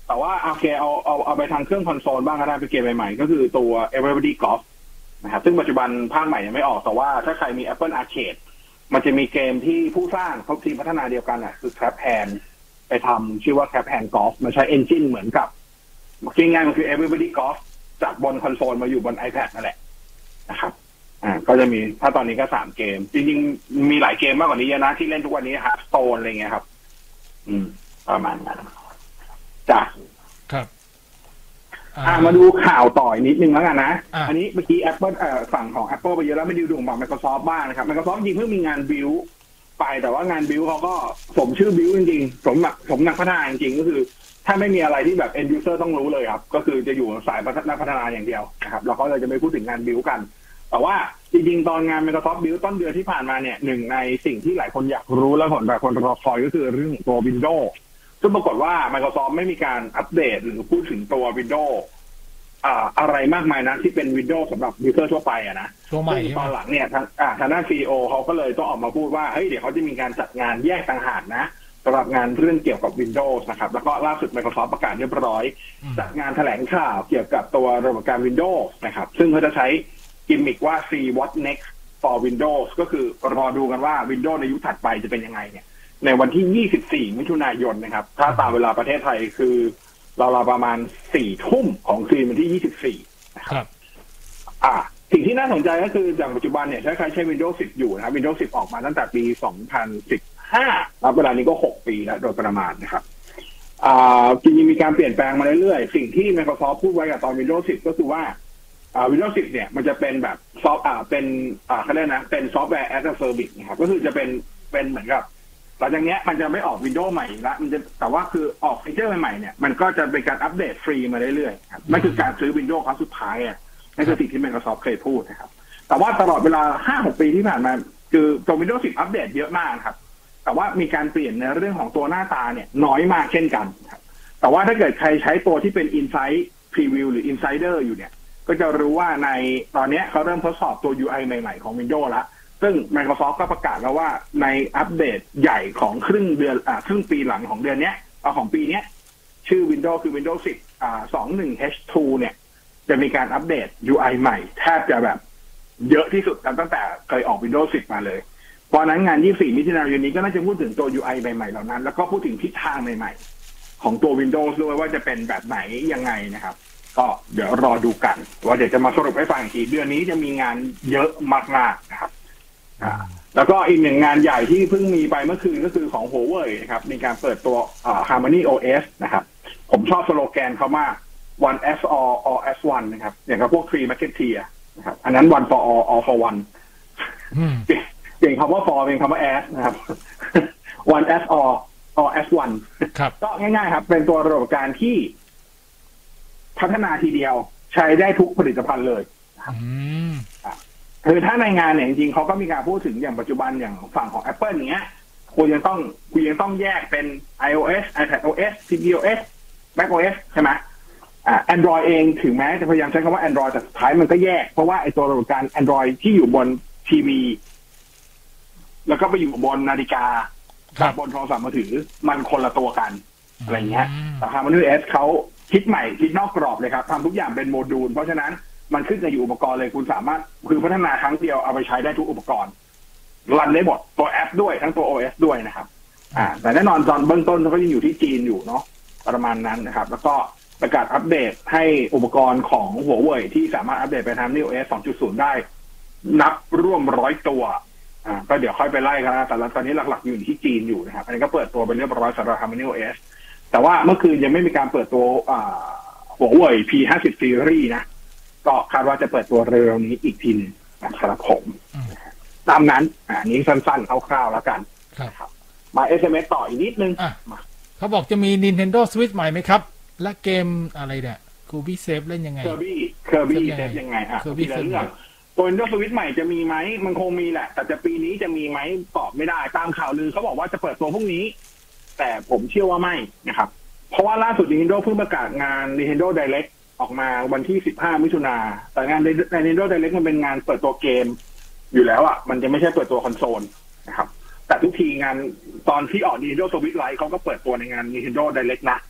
แต่ว่าโอเคเอาเอาเอาไปทางเครื่องคอนโซลบ้างก็ได้เป็นเกมใหม่ๆก็คือตัว Everybody Golf นะครับซึ่งปัจจุบันภาคใหม่ยังไม่ออกแต่ว่าถ้าใครมี Apple Arcade มันจะมีเกมที่ผู้สร้างเขาทีมพัฒนาเดียวกันอ่ะคือ Trap Hand ไปทำชื่อว่า Trap Hand Golf มันใช้ engine เหมือนกับง่ายๆมันคือ Everybody Golf จากบนคอนโซลมาอยู่บน iPad นั่นแหละนะครับอ่าก็จะมีถ้าตอนนี้ก็สามเกมจริงๆมีหลายเกมมากกว่านี้นะที่เล่นทุกวันนี้ Hearthstone อะไรเงี้ยครับอืมประมาณนั้นจ้ะครับอ่ามาดูข่าวต่ออีกนิดนึงแล้วกันนะ อ, อันนี้เมื่อกี้ Apple เอ่อฝั่งของ Apple ไปเยอะแล้วไม่ดูดูของ Microsoft บ้างนะครับ Microsoft จริงเพิ่งมีงานบิวไปแต่ว่างานบิวเขาก็สมชื่อบิวจริงๆสมสมนักพัฒนาจริงๆก็คือถ้าไม่มีอะไรที่แบบ end user ต้องรู้เลยครับก็คือจะอยู่สายนักพัฒนาอย่างเดียวนะครับเราก็เลยจะไม่พูดถึงงานบิวกันแต่ว่าจริงๆตอนงาน Microsoft บิวต้นเดือนที่ผ่านมาเนี่ยหนึ่งในสิ่งที่หลายคนอยากรู้และผลแบบคนรอคอยก็คือเรื่องของตัว Windows ซึ่งปรากฏว่า Microsoft ไม่มีการอัปเดตหรือพูดถึงตัว Windows อ่าอะไรมากมายนะที่เป็น Windows สำหรับ user ทั่วไปอะนะตัวใหม่ตอนหลังเนี่ยทางอ่าทางด้าน ซี อี โอ เขาก็เลยต้องออกมาพูดว่าเฮ้ยเดี๋ยวเขาจะมีการจัดงานแยกต่างหากนะสำหรับงานเรื่องเกี่ยวกับ Windows นะครับแล้วก็ล่าสุด Microsoft ประกาศเรียบร้อยจัดงานแถลงข่าวเกี่ยวกับตัวระบบการ Windows นะครับซึ่งเขาจะใช้กิมมิกว่า See What Next for Windows ก็คือรอดูกันว่า Windows ในยุคถัดไปจะเป็นยังไงเนี่ยในวันที่ยี่สิบสี่มิถุนายนนะครับถ้าตามเวลาประเทศไทยคือเราเราประมาณสี่ทุ่มของคืนวันที่ยี่สิบสี่นะครับอ่าสิ่งที่น่าสนใจก็คืออย่างปัจจุบันเนี่ยใช้ใครใช้ Windows สิบอยู่นะครับ Windows สิบออกมาตั้งแต่ปีสองพันสิบห้าแล้วเวลานี้ก็หกปีแล้วโดยประมาณนะครับอ่าจริงๆมีการเปลี่ยนแปลงมาเรื่อยๆสิ่งที่ Microsoft พูดไว้กับตอน Windows สิบก็คือว่าอ่า Windows สิบเนี่ยมันจะเป็นแบบซอฟต์อ่าเป็นอ่าเขาเรียกนะเป็นซอฟต์แวร์ as a service นะครับก็คือจะเป็นเป็นเหมือนกับหลังจากนี้มันจะไม่ออก Windows ใหม่ละมันจะแต่ว่าคือออกฟีเจอร์ใหม่ๆเนี่ยมันก็จะเป็นการอัปเดตฟรีมาเรื่อยๆครับนั่นคือการซื้อ Windows ครั้งสุดท้ายอ่ะนั่นคือสิ่งที่ Microsoft เคยพูดนะครับแต่ว่าตลอดเวลา ห้าหก ปีที่ผ่านมาคือตัว Windows สิบอัปเดตเยอะมากครับแต่ว่ามีการเปลี่ยนในเรื่องของตัวหน้าตาเนี่ยน้อยมากเช่นกันครับแต่ว่าถ้าเกิดใครใช้ตัวที่เป็น Insight Preview หรือ Insider อยู่เนี่ยก็จะรู้ว่าในตอนนี้เขาเริ่มทดสอบตัว ยู ไอ ใหม่ๆของ Windows แล้วซึ่ง Microsoft ก็ประกาศแล้วว่าในอัปเดตใหญ่ของครึ่งเดือนอ่าครึ่งปีหลังของเดือนนี้เอาของปีนี้ชื่อ Windows คือ Windows สิบอ่า สองจุดหนึ่ง เอช ทู เนี่ยจะมีการอัปเดต ยู ไอ ใหม่แทบจะแบบเยอะที่สุดตั้งแต่เคยออก Windows สิบมาเลยเพราะนั้นงานยี่สิบสี่มิถุนายนนี้ก็น่าจะพูดถึงตัว ยู ไอ ใหม่ๆเหล่านั้นแล้วก็พูดถึงทิศทางใหม่ๆของตัว Windows ด้วยว่าจะเป็นแบบไหนยังไงนะครับก็เดี๋ยวรอดูกันว่าเดี๋ยวจะมาสรุปให้ฟังอีกทีเดือนนี้จะมีงานเยอะมากๆนะครับอ่าแล้วก็อีกหนึ่งงานใหญ่ที่เพิ่งมีไปเมื่อคืนก็คือของ Huawei นะครับมีการเปิดตัวอ่า Harmony โอ เอส นะครับผมชอบสโลแกนเขามาก one as all all as one นะครับอย่างกับพวก Three Marketeer นะครับอันนั้น one for all all for one เปลี่ยนคำว่า for เป็นคำว่า as นะครับ one as all all as one ก็ง่ายๆครับเป็นตัวระบบการที่พัฒนาทีเดียวใช้ได้ทุกผลิตภัณฑ์เลยคือถ้าในงานเนี่ยจริงๆเขาก็มีการพูดถึงอย่างปัจจุบันอย่างฝั่งของ Apple อย่างเงี้ยคุณยังต้องคุณยังต้องแยกเป็น iOS iPadOS ที พี โอ เอส macOS ใช่ไหมอ่า Android เองถึงแม้จะพยายามใช้คำว่า Android แต่สุดท้ายมันก็แยกเพราะว่าไอ้ตัวระบบการ Android ที่อยู่บนทีวีแล้วก็ไปอยู่บนนาฬิกาบนโทรศัพท์มือถือมันคนละตัวกันอะไรเงี้ยแต่ Harmony โอ เอส เขาคิดใหม่คิดนอกกรอบเลยครับทำทุกอย่างเป็นโมดูลเพราะฉะนั้นมันขึ้นกับอยู่อุปกรณ์เลยคุณสามารถคือพัฒนาครั้งเดียวเอาไปใช้ได้ทุกอุปกรณ์รันได้หมดตัวแอปด้วยทั้งตัว โอ เอส ด้วยนะครับอ่าแต่แน่นอนตอนเบื้องต้นเขายังอยู่ที่จีนอยู่เนาะประมาณนั้นนะครับแล้วก็ประกาศอัปเดตให้อุปกรณ์ของ Huawei ที่สามารถอัปเดตไปทำ Harmony โอ เอส สองจุดศูนย์ ได้นับร่วมร้อยตัวอ่าก็เดี๋ยวค่อยไปไล่กันนะแต่ตอนนี้หลักๆอยู่ที่จีนอยู่นะครับอันนี้ก็เปิดตัวไปเรียบร้อยสำหรับ Harmony โอ เอส แต่ว่าเมื่อคืนยังไม่มีการเปิดตัวอ่าHuawei พี ห้าสิบ Series นะก็คาดว่าจะเปิดตัวเร็วนี้อีกทีนึงนะครับผมตามนั้นอ่านี้สั้นๆคร่าวๆแล้วกันครับมา เอส เอ็ม เอส ต่ออีกนิดนึงมาเขาบอกจะมี Nintendo Switch ใหม่ไหมครับและเกมอะไรเนี่ย Kirby Save เล่นยังไง Kirby Kirby Save ยังไงอ่ะ Kirby Save ตัว Nintendo Switch ใหม่จะมีไหมมันคงมีแหละแต่จะปีนี้จะมีไหมตอบไม่ได้ตามข่าวลือเขาบอกว่าจะเปิดตัวพรุ่งนี้แต่ผมเชื่อว่าไม่นะครับเพราะว่าล่าสุด Nintendo เพิ่งประกาศงาน Nintendo Direct ออกมาวันที่สิบห้ามิถุนาแต่งาน Nintendo Direct มันเป็นงานเปิดตัวเกมอยู่แล้วอ่ะมันจะไม่ใช่เปิดตัวคอนโซลนะครับแต่ทุกทีงานตอนที่ออก Nintendo Switch Lite เขาก็เปิดตัวในงาน Nintendo Direct นะ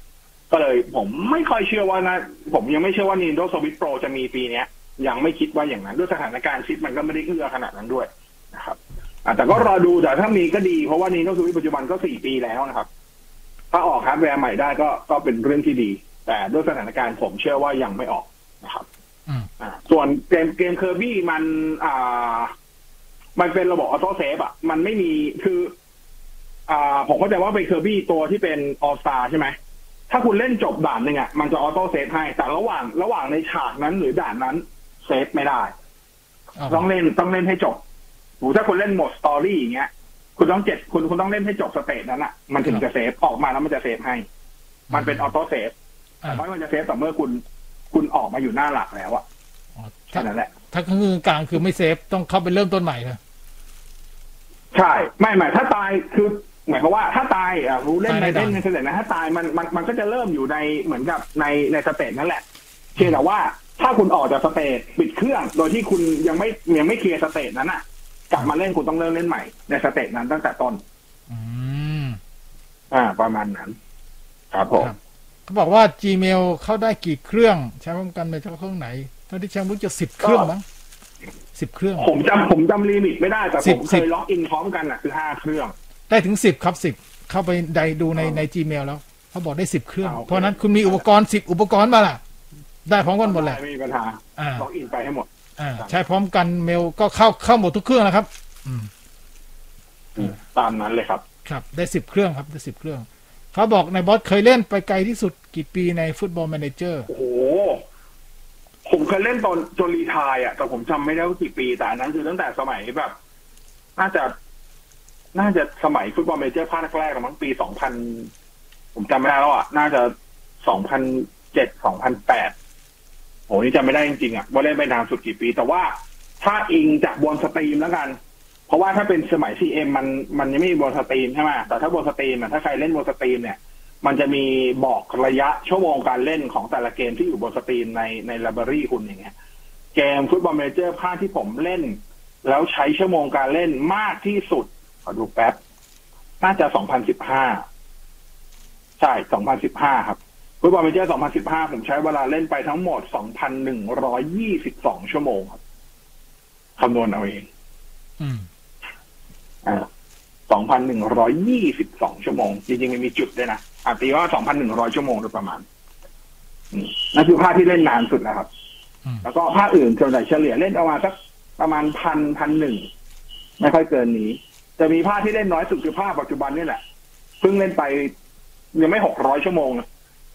ก็เลยผมไม่ค่อยเชื่อว่านะผมยังไม่เชื่อว่า Nintendo Switch Pro จะมีปีนี้ยังไม่คิดว่าอย่างนั้นด้วยสถานการณ์ชิปมันก็ไม่ได้เอื้อขนาดนั้นด้วยนะครับแต่ก็รอดูแต่ถ้ามีก็ดีเพราะว่า Nintendo Switch ปัจจุบันก็สี่ปีแล้วนะครับถ้าออกฮาร์ดแวร์ใหม่ได้ก็ก็เป็นเรื่องที่ดีแต่ด้วยสถานการณ์ผมเชื่อว่ายังไม่ออกนะครับอ่าส่วนเกมเกมเคอร์บี้มันอ่ามันเป็นระบบออโต้เซฟอ่ะมันไม่มีคืออ่าผมเข้าใจว่าเป็นเคอร์บี้ตัวที่เป็นออสตาใช่ไหมถ้าคุณเล่นจบด่านหนึ่งอ่ะมันจะออโต้เซฟให้แต่ระหว่างระหว่างในฉากนั้นหรือด่านนั้นเซฟไม่ได้ต้องเล่นต้องเล่นให้จบหรือถ้าคุณเล่นโหมดสตอรี่อย่างเงี้ยคุณต้องเจ็ดคุณคุณต้องเล่นให้จบสเตจนั้นอ่ะมันถึงจะเซฟออกมาแล้วมันจะเซฟให้มันเป็นออโต้เซฟแต่ว่ามันจะเซฟต่อเมื่อคุณคุณออกมาอยู่หน้าหลักแล้วอ่ะแค่นั้นแหละถ้าคือกลางคือไม่เซฟต้องเข้าไปเริ่มต้นใหม่เลยใช่ไม่หมายถ้าตายคือหมายความว่าถ้าตายอ่ะรู้เล่นในเล่นในสเตจนะถ้าตายมันมันมันก็จะเริ่มอยู่ในเหมือนกับในในสเตจนั่นแหละเพียงแต่ว่าถ้าคุณออกจากสเตจปิดเครื่องโดยที่คุณยังไม่ยังไม่เคลียร์สเตจนั้นอ่ะกลับมาเล่นคุณต้องเริ่มเล่นใหม่ในสเตจนั้นตั้งแต่ต้นอืมอ่าประมาณนั้นครับผมเขาบอกว่า Gmail เข้าได้กี่เครื่องใช้พร้อมกันในเครื่องไหนเท่าที่แชมป์รู้จะสิบเครื่องมั้งสิบเครื่องผมจำผมจำลิมิตไม่ได้แต่ผมเคยล็อกอินพร้อมกันอ่ะคือห้าเครื่องได้ถึงสิบครับสิบเข้าไปได้ดูในใน Gmail แล้วเขาบอกได้สิบเครื่องเพราะนั้นคุณมีอุปกรณ์สิบอุปกรณ์มาล่ะได้พร้อมกันหมดแหละไม่มีปัญหาล็อกอินไปให้หมดอ่าใช้พร้อมกันเมลก็เข้าเข้าหมดทุกเครื่องนะครับอืมตามนั้นเลยครับครับได้สิบเครื่องครับได้สิบเครื่องเขาบอกในบอสเคยเล่นไปไกลที่สุดกี่ปีในฟุตบอลแมเนเจอร์โอ้โหผมเคยเล่นตอนจนรีไทร์อ่ะแต่ผมจำไม่ได้ว่ากี่ปีแต่อันนั้นคือตั้งแต่สมัยแบบน่าจะน่าจะสมัยฟุตบอลแมเนเจอร์ภาคแรกๆมั้งปีสองพันผมจำไม่ได้แล้วอ่ะน่าจะสองพันเจ็ดสองพันแปดโหนี่จำไม่ได้จริงๆอ่ะว่าเล่นไปนานสุดกี่ปีแต่ว่าถ้าอิงจากบนสตรีมแล้วกันเพราะว่าถ้าเป็นสมัย ซี เอ็ม มันมันยังไม่มีบนสตรีมใช่ไหมแต่ถ้าบนสตรีมอ่ะถ้าใครเล่นบนสตรีมเนี่ยมันจะมีบอกระยะชั่วโมงการเล่นของแต่ละเกมที่อยู่บนสตรีมในในไลบรารีคุณอย่างเงี้ยเกมฟุตบอลแมเนเจอร์ภาคที่ผมเล่นแล้วใช้ชั่วโมงการเล่นมากที่สุดขอดูแป๊บน่าจะสองพันสิบห้าใช่สองพันสิบห้าครับฟุตบอลแมเนเจอร์สองพันสิบห้าผมใช้เวลาเล่นไปทั้งหมด สองพันหนึ่งร้อยยี่สิบสอง ชั่วโมงครับคำนวณเอาเองอืมอ่า สองพันหนึ่งร้อยยี่สิบสอง ชั่วโมงจริงๆมันมีจุดด้วยนะอ่ะตีว่า สองพันหนึ่งร้อย ชั่วโมงโดยประมาณนั่นคือภาคที่เล่นนานสุดนะครับแล้วก็ภาคอื่นส่วนใหญ่เฉลี่ยเล่นประมาณสักประมาณพันพันหนึ่งไม่ค่อยเกินนี้จะมีภาคที่เล่นน้อยสุดคือภาคปัจจุบันนี่แหละเพิ่งเล่นไปยังไม่หกร้อยชั่วโมงเลย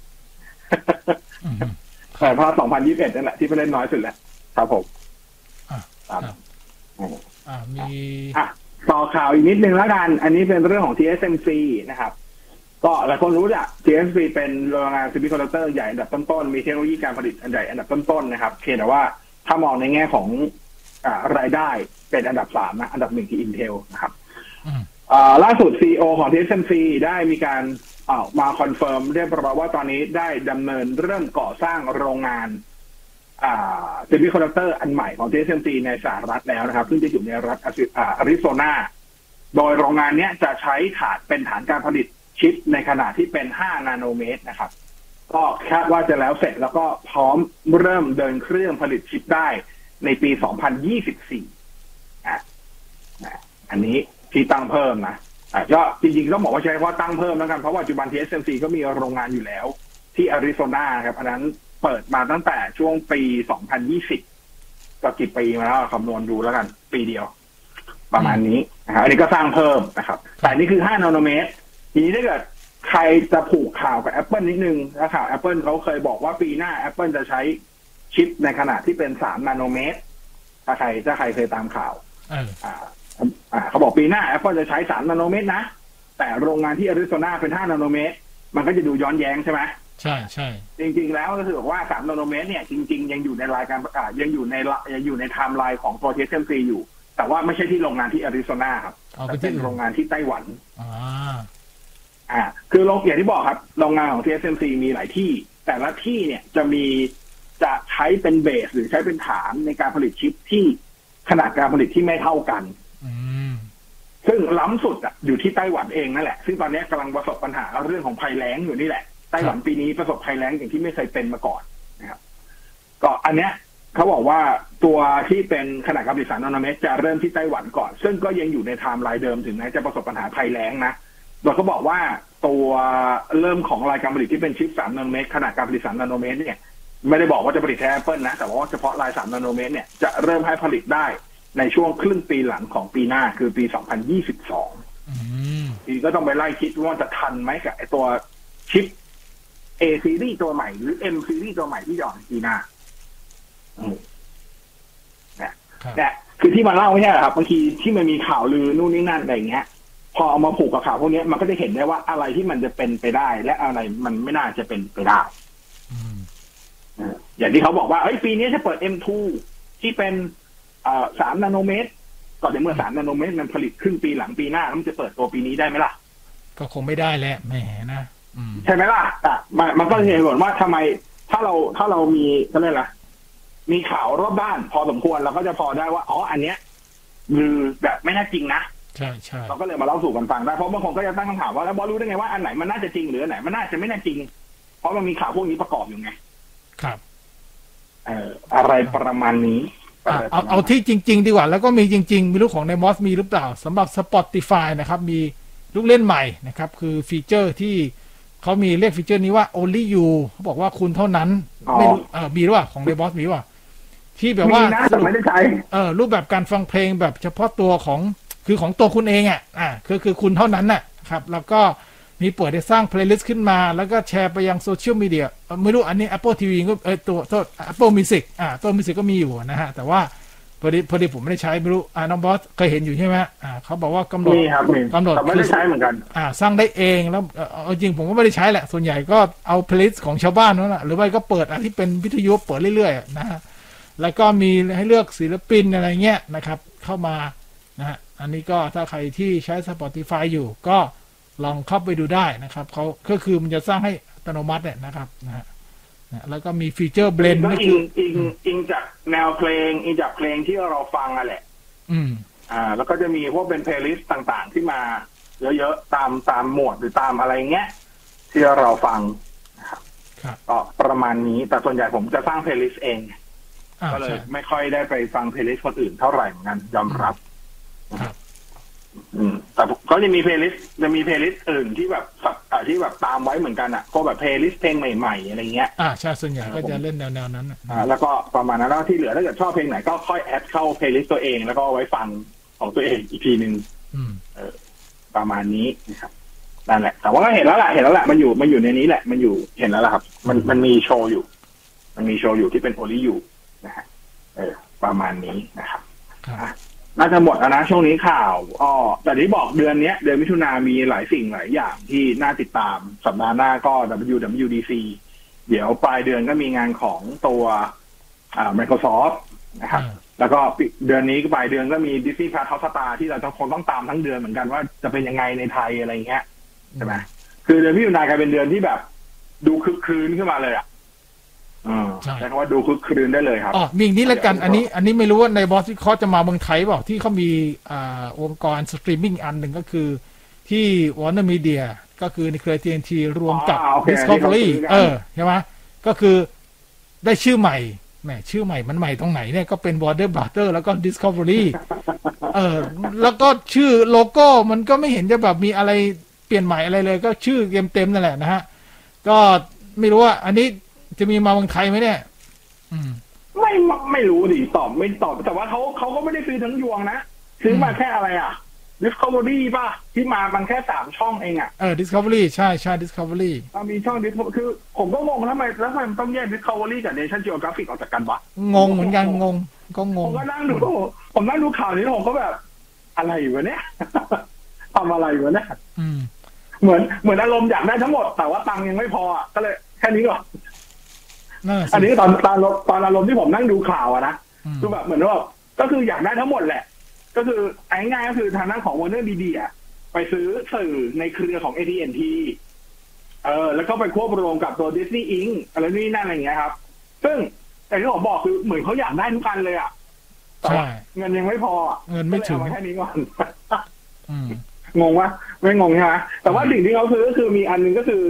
แต่ภาคสองพันยี่สิบเอ็ดนั่นแหละที่ไปเล่นน้อยสุดแหละครับผมอ่าอ่ามีอ่ะต่อข่าวอีกนิดนึงแล้วกันอันนี้เป็นเรื่องของ ที เอส เอ็ม ซี นะครับก็หลายคนรู้จัก ที เอส เอ็ม ซี เป็นโรงงาน Semiconductor ใหญ่อันดับต้นๆมีเทคโนโลยีการผลิตอันใหญ่อันดับต้นๆนะครับเพียงแต่ว่าถ้ามองในแง่ของอ่ารายได้เป็นอันดับสามนะอันดับหนึ่งที่ Intel นะครับอ่าล่าสุด ซี อี โอ ของ ที เอส เอ็ม ซี ได้มีการอ่ามาคอนเฟิร์มเรียบร้อยว่าตอนนี้ได้ดำเนินเริ่มก่อสร้างโรงงานอ่า Semiconductor อันใหม่ของ ที เอส เอ็ม ซี ในสหรัฐแล้วนะครับซึ่งจะอยู่ในรัฐอาริโซนาโดยโรงงานนี้จะใช้ฐานเป็นฐานการผลิตชิปในขนาดที่เป็นห้านาโนเมตรนะครับก็คาดว่าจะแล้วเสร็จแล้วก็พร้อมเริ่มเดินเครื่องผลิตชิปได้ในปีสองพันยี่สิบสี่อ่ะอันนี้ที่ตั้งเพิ่มนะอ่ะก็จริงๆต้องบอกว่าใช้ว่าตั้งเพิ่มแล้วกันเพราะว่าปัจจุบัน ที เอส เอ็ม ซี ก็มีโรงงานอยู่แล้วที่อาริโซนาครับอันนั้นเปิดมาตั้งแต่ช่วงปีสองพันยี่สิบก็กี่ปีมาแล้วคำนวณดูแล้วกันปีเดียวประมาณนี้นะครับอันนี้ก็สร้างเพิ่มนะครับแต่นี่คือห้านาโนเมตรทีนี้ถ้าเกิดใครจะผูกข่าวกับ Apple นิดนึงนะข่าว Apple เขาเคยบอกว่าปีหน้า Apple จะใช้ชิปในขนาดที่เป็นสามนาโนเมตรถ้าใครถ้าใครเคยตามข่าวอ่าอ่าเขาบอกปีหน้า Apple จะใช้สามนาโนเมตรนะแต่โรงงานที่อาริโซนาเป็นห้านาโนเมตรมันก็จะดูย้อนแย้งใช่ไหมใช่ใช่จริงๆแล้วก็คือบอกว่าสามนาโนเมตรเนี่ยจริงๆยังอยู่ในรายการประกาศยังอยู่ในยังอยู่ในไทม์ไลน์ของตัว ที เอส เอ็ม ซี อยู่แต่ว่าไม่ใช่ที่โรงงานที่อาริโซนาครับแต่เป็นโรงงานที่ไต้หวันอ่าอ่าคือโรงอย่างที่บอกครับโรงงานของ ที เอส เอ็ม ซี มีหลายที่แต่ละที่เนี่ยจะมีจะใช้เป็นเบสหรือใช้เป็นฐานในการผลิตชิปที่ขนาดการผลิตที่ไม่เท่ากันซึ่งล้ำสุดอ่ะอยู่ที่ไต้หวันเองนั่นแหละซึ่งตอนนี้กำลังประสบปัญหาเรื่องของภัยแล้งอยู่นี่แหละไต้หวันปีนี้ประสบภัยแล้งอย่างที่ไม่เคยเป็นมาก่อนนะครับก็อันเนี้ยเขาบอกว่าตัวที่เป็นขนาดการผลิตสามนาโนเมตรจะเริ่มที่ไต้หวันก่อนซึ่งก็ยังอยู่ในไทม์ไลน์เดิมถึงแม้จะประสบปัญหาภัยแล้งนะโดยเขาบอกว่าตัวเริ่มของรายการผลิตที่เป็นชิปสามนาโนเมตรขนาดการผลิตสามนาโนเมตรเนี่ยไม่ได้บอกว่าจะผลิตแค่ Apple นะแต่ว่าเฉพาะรายสามนาโนเมตรเนี่ยจะเริ่มให้ผลิตได้ในช่วงครึ่งปีหลังของปีหน้าคือปีสองพันยี่สิบสองทีก็ต้องไปไล่คิดว่าจะทันไหมกับไอตัวชิป A series ตัวใหม่หรือ M series ตัวใหม่ที่จะออกในปีหน้าเนี่ยเนี่ยคือที่มาเล่าไม่ใช่หรอครับบางทีที่มันมีข่าวลือนู่นนี่นั่นอะไรอย่างเงี้ยพอเอามาผูกกับข่าวพวกนี้มันก็จะเห็นได้ว่าอะไรที่มันจะเป็นไปได้และอะไรมันไม่น่าจะเป็นไปได้อย่างที่เขาบอกว่าเอ้ยปีนี้จะเปิด เอ็ม ทู ที่เป็นอ่าสามนาโนเมตรก่อนในเมื่อสามนาโนเมตรมันผลิตครึ่งปีหลังปีหน้าแล้วมันจะเปิดตัวปีนี้ได้ไหมล่ะก็คงไม่ได้แหละแหมนะใช่ไหมล่ะอ่ะมันมันก็เห็นว่าทำไมถ้าเราถ้าเรามีก็เลยล่ะมีข่าวรอบด้านพอสมควรเราก็จะพอได้ว่าอ๋ออันเนี้ยคือแบบไม่น่าจริงนะใช่ใช่เราก็เลยมาเล่าสู่กันฟังได้เพราะบางคนก็จะตั้งคำถามว่าแล้วบอสรู้ได้ไงว่าอันไหนมันน่าจะจริงหรืออันไหนมันน่าจะไม่น่าจริงเพราะมันมีข่าวพวกนี้ประกอบอยู่ไงครับเอ่ออะไรประมาณนี้เอาเอาที่จริงๆดีกว่าแล้วก็มีจริงๆไม่รู้ของในมอสมีหรือเปล่าสำหรับ Spotify นะครับมีลูกเล่นใหม่นะครับคือฟีเจอร์ที่เขามีเรียกฟีเจอร์นี้ว่า only you เขาบอกว่าคุณเท่านั้นไม่รู้เออมีหรือเปล่าของในมอสมีว่าที่แบบว่าสรุปไม่ได้ใช้เออรูปแบบการฟังเพลงแบบเฉพาะตัวของคือของตัวคุณเองอ่ะอ่าคือคือคุณเท่านั้นน่ะครับแล้วก็มีเปิดได้สร้างเพลย์ลิสต์ขึ้นมาแล้วก็แชร์ไปยังโซเชียลมีเดียไม่รู้อันนี้ Apple ที วี ก็เออตัวตัว Apple Music อ่าตัว Music ก็มีอยู่นะฮะแต่ว่าพอดีพอดีผมไม่ได้ใช้ไม่รู้อ่าน้องบอสเคยเห็นอยู่ใช่ไหมอ่าเขาบอกว่ากำหนดกำหนดไม่ได้ใช้เหมือนกันอ่าสร้างได้เองแล้วเอาจริงผมก็ไม่ได้ใช้แหละส่วนใหญ่ก็เอาเพลย์ลิสต์ของชาวบ้านนั่นแหละหรือไม่ก็เปิดอันที่เป็นวิทยุเปิดเรื่อยๆนะฮะแล้วก็มีให้เลือกศิลปินอะไรเงี้ยนะครับเข้ามานะฮะอันนี้ก็ถ้าใครที่ใช้ Spotify อยู่ก็ลองเข้าไปดูได้นะครับเขาก็คือมันจะสร้างให้อัตโนมัติเนี่ยนะครับนะฮะแล้วก็มีฟีเจอร์เบลนด์ก็อิงอิงอิงจากแนวเพลงอิงจากเพลงที่เราฟังอ่ะแหละอืมอ่าแล้วก็จะมีพวกเป็นเพลย์ลิสต์ต่างๆที่มาเยอะๆตามตามหมวดหรือตามอะไรเงี้ยที่เราฟังนะครับก็ประมาณนี้แต่ส่วนใหญ่ผมจะสร้างเพลย์ลิสต์เองก็เลยไม่ค่อยได้ไปฟังเพลย์ลิสต์คนอื่นเท่าไหร่เหมือนกันยอมรับอืมแต่ก็จะมีเพลย์ลิสต์จะมีเพลย์ลิสต์อื่นที่แบบที่แบบตามไว้เหมือนกันอ่ะก็แบบเพลย์ลิสต์เพลงใหม่ๆอะไรเงี้ยอ่าใช่ส่วนใหญ่ก็จะเล่นแนวๆนั้นอ่าแล้วก็ประมาณนั้นแล้วที่เหลือถ้าเกิดชอบเพลงไหนก็ค่อยแอดเข้าเพลย์ลิสต์ตัวเองแล้วก็ไว้ฟังของตัวเองอีกทีนึงอืมเออประมาณนี้นะครับนั่นแหละแต่ว่าก็เห็นแล้วแหละเห็นแล้วแหละมันอยู่มันอยู่ในนี้แหละมันอยู่เห็นแล้วแหละครับมันมันมีโชว์อยู่มันมีโชว์อยู่ที่เป็นโอลิยูนะฮะเออประมาณนี้นะครับน่าจะหมดแล้วนะช่วงนี้ข่าวอ๋อแต่ที่บอกเดือนนี้เดือนมิถุนามีหลายสิ่งหลายอย่างที่น่าติดตามสัปดาห์หน้าก็ ดับเบิลยู ดับเบิลยู ดี ซี เดี๋ยวปลายเดือนก็มีงานของตัวอ่า Microsoft นะครับแล้วก็เดือนนี้ก็ปลายเดือนก็มี Disney Plus Hotstar ที่เราต้องคงต้องตามทั้งเดือนเหมือนกันว่าจะเป็นยังไงในไทยอะไรเงี้ยใช่ไหมคือเดือนมิถุนากลายเป็นเดือนที่แบบดูคึกคืนขึ้นมาเลยอ่ะใช่เพราะว่าดูคึกคืนได้เลยครับอ๋อมีอีกนิดละกันอันนี้อันนี้ไม่รู้ว่าในบอสที่เขาจะมาเมืองไทยเปล่าที่เขามีอ่าองค์กรสตรีมมิ่งอันหนึ่งก็คือที่ Warner Media ก็คือในเครือ ที เอ็น ที รวมกับ Discovery เออใช่ไหมก็คือได้ชื่อใหม่แหมชื่อใหม่มันใหม่ตรงไหนเนี่ยก็เป็น Warner Brother แล้วก็ Discovery เออแล้วก็ชื่อโลโก้มันก็ไม่เห็นจะแบบมีอะไรเปลี่ยนใหม่อะไรเลยก็ชื่อเกมเต็มนั่นแหละนะฮะก็ไม่รู้ว่าอันนี้จะมีมาเมืองไทยไหมเนี่ยอืมไม่ไม่รู้ดิตอบไม่ตอบแต่ว่าเขาเขาก็ไม่ได้ซื้อทั้งยวงนะซื้อมาแค่อะไรอ่ะ Discovery ป่ะที่มามันแค่สามช่องเองอ่ะเออ Discovery ใช่ใช่ Discovery มีช่อง Discovery คือผมก็งงทำไมแล้วทำไมมันต้องแยก Discovery กับ National Geographic ออกจากกันวะงงเหมือนกันงงก็งงผมก็นั่งดูผมนั่งดูข่าวนี้ผมก็แบบอะไรวะเนี่ยทำอะไรวะเนี่ยอืมเหมือนเหมือนอารมณ์อยากได้ทั้งหมดแต่ว่าตังค์ยังไม่พออ่ะก็เลยแค่นี้ก่อนอันนี้ตอนตอนตอนอารมณ์ที่ผมนั่งดูข่าวอะนะคือแบบเหมือนว่าก็คืออยากได้ทั้งหมดแหละก็คือง่ายๆก็คือทางด้านของ Warner Media ไปซื้อสื่อในเครือของ เอ ที แอนด์ ที เออแล้วก็ไปควบรวมกับตัว Disney อิง อะไรนี่นั่นอะไรอย่างเงี้ยครับซึ่งแต่ที่ผมบอกคือเหมือนเขาอยากได้ทุกกันเลยอ่ะใช่เงินยังไม่พอเงินไม่ถึงแค่นี้ก่อนงงวะไม่งงใช่ไหมแต่ว่าสิ่งที่เขาซื้อก็คือมีอันนึงก็คือ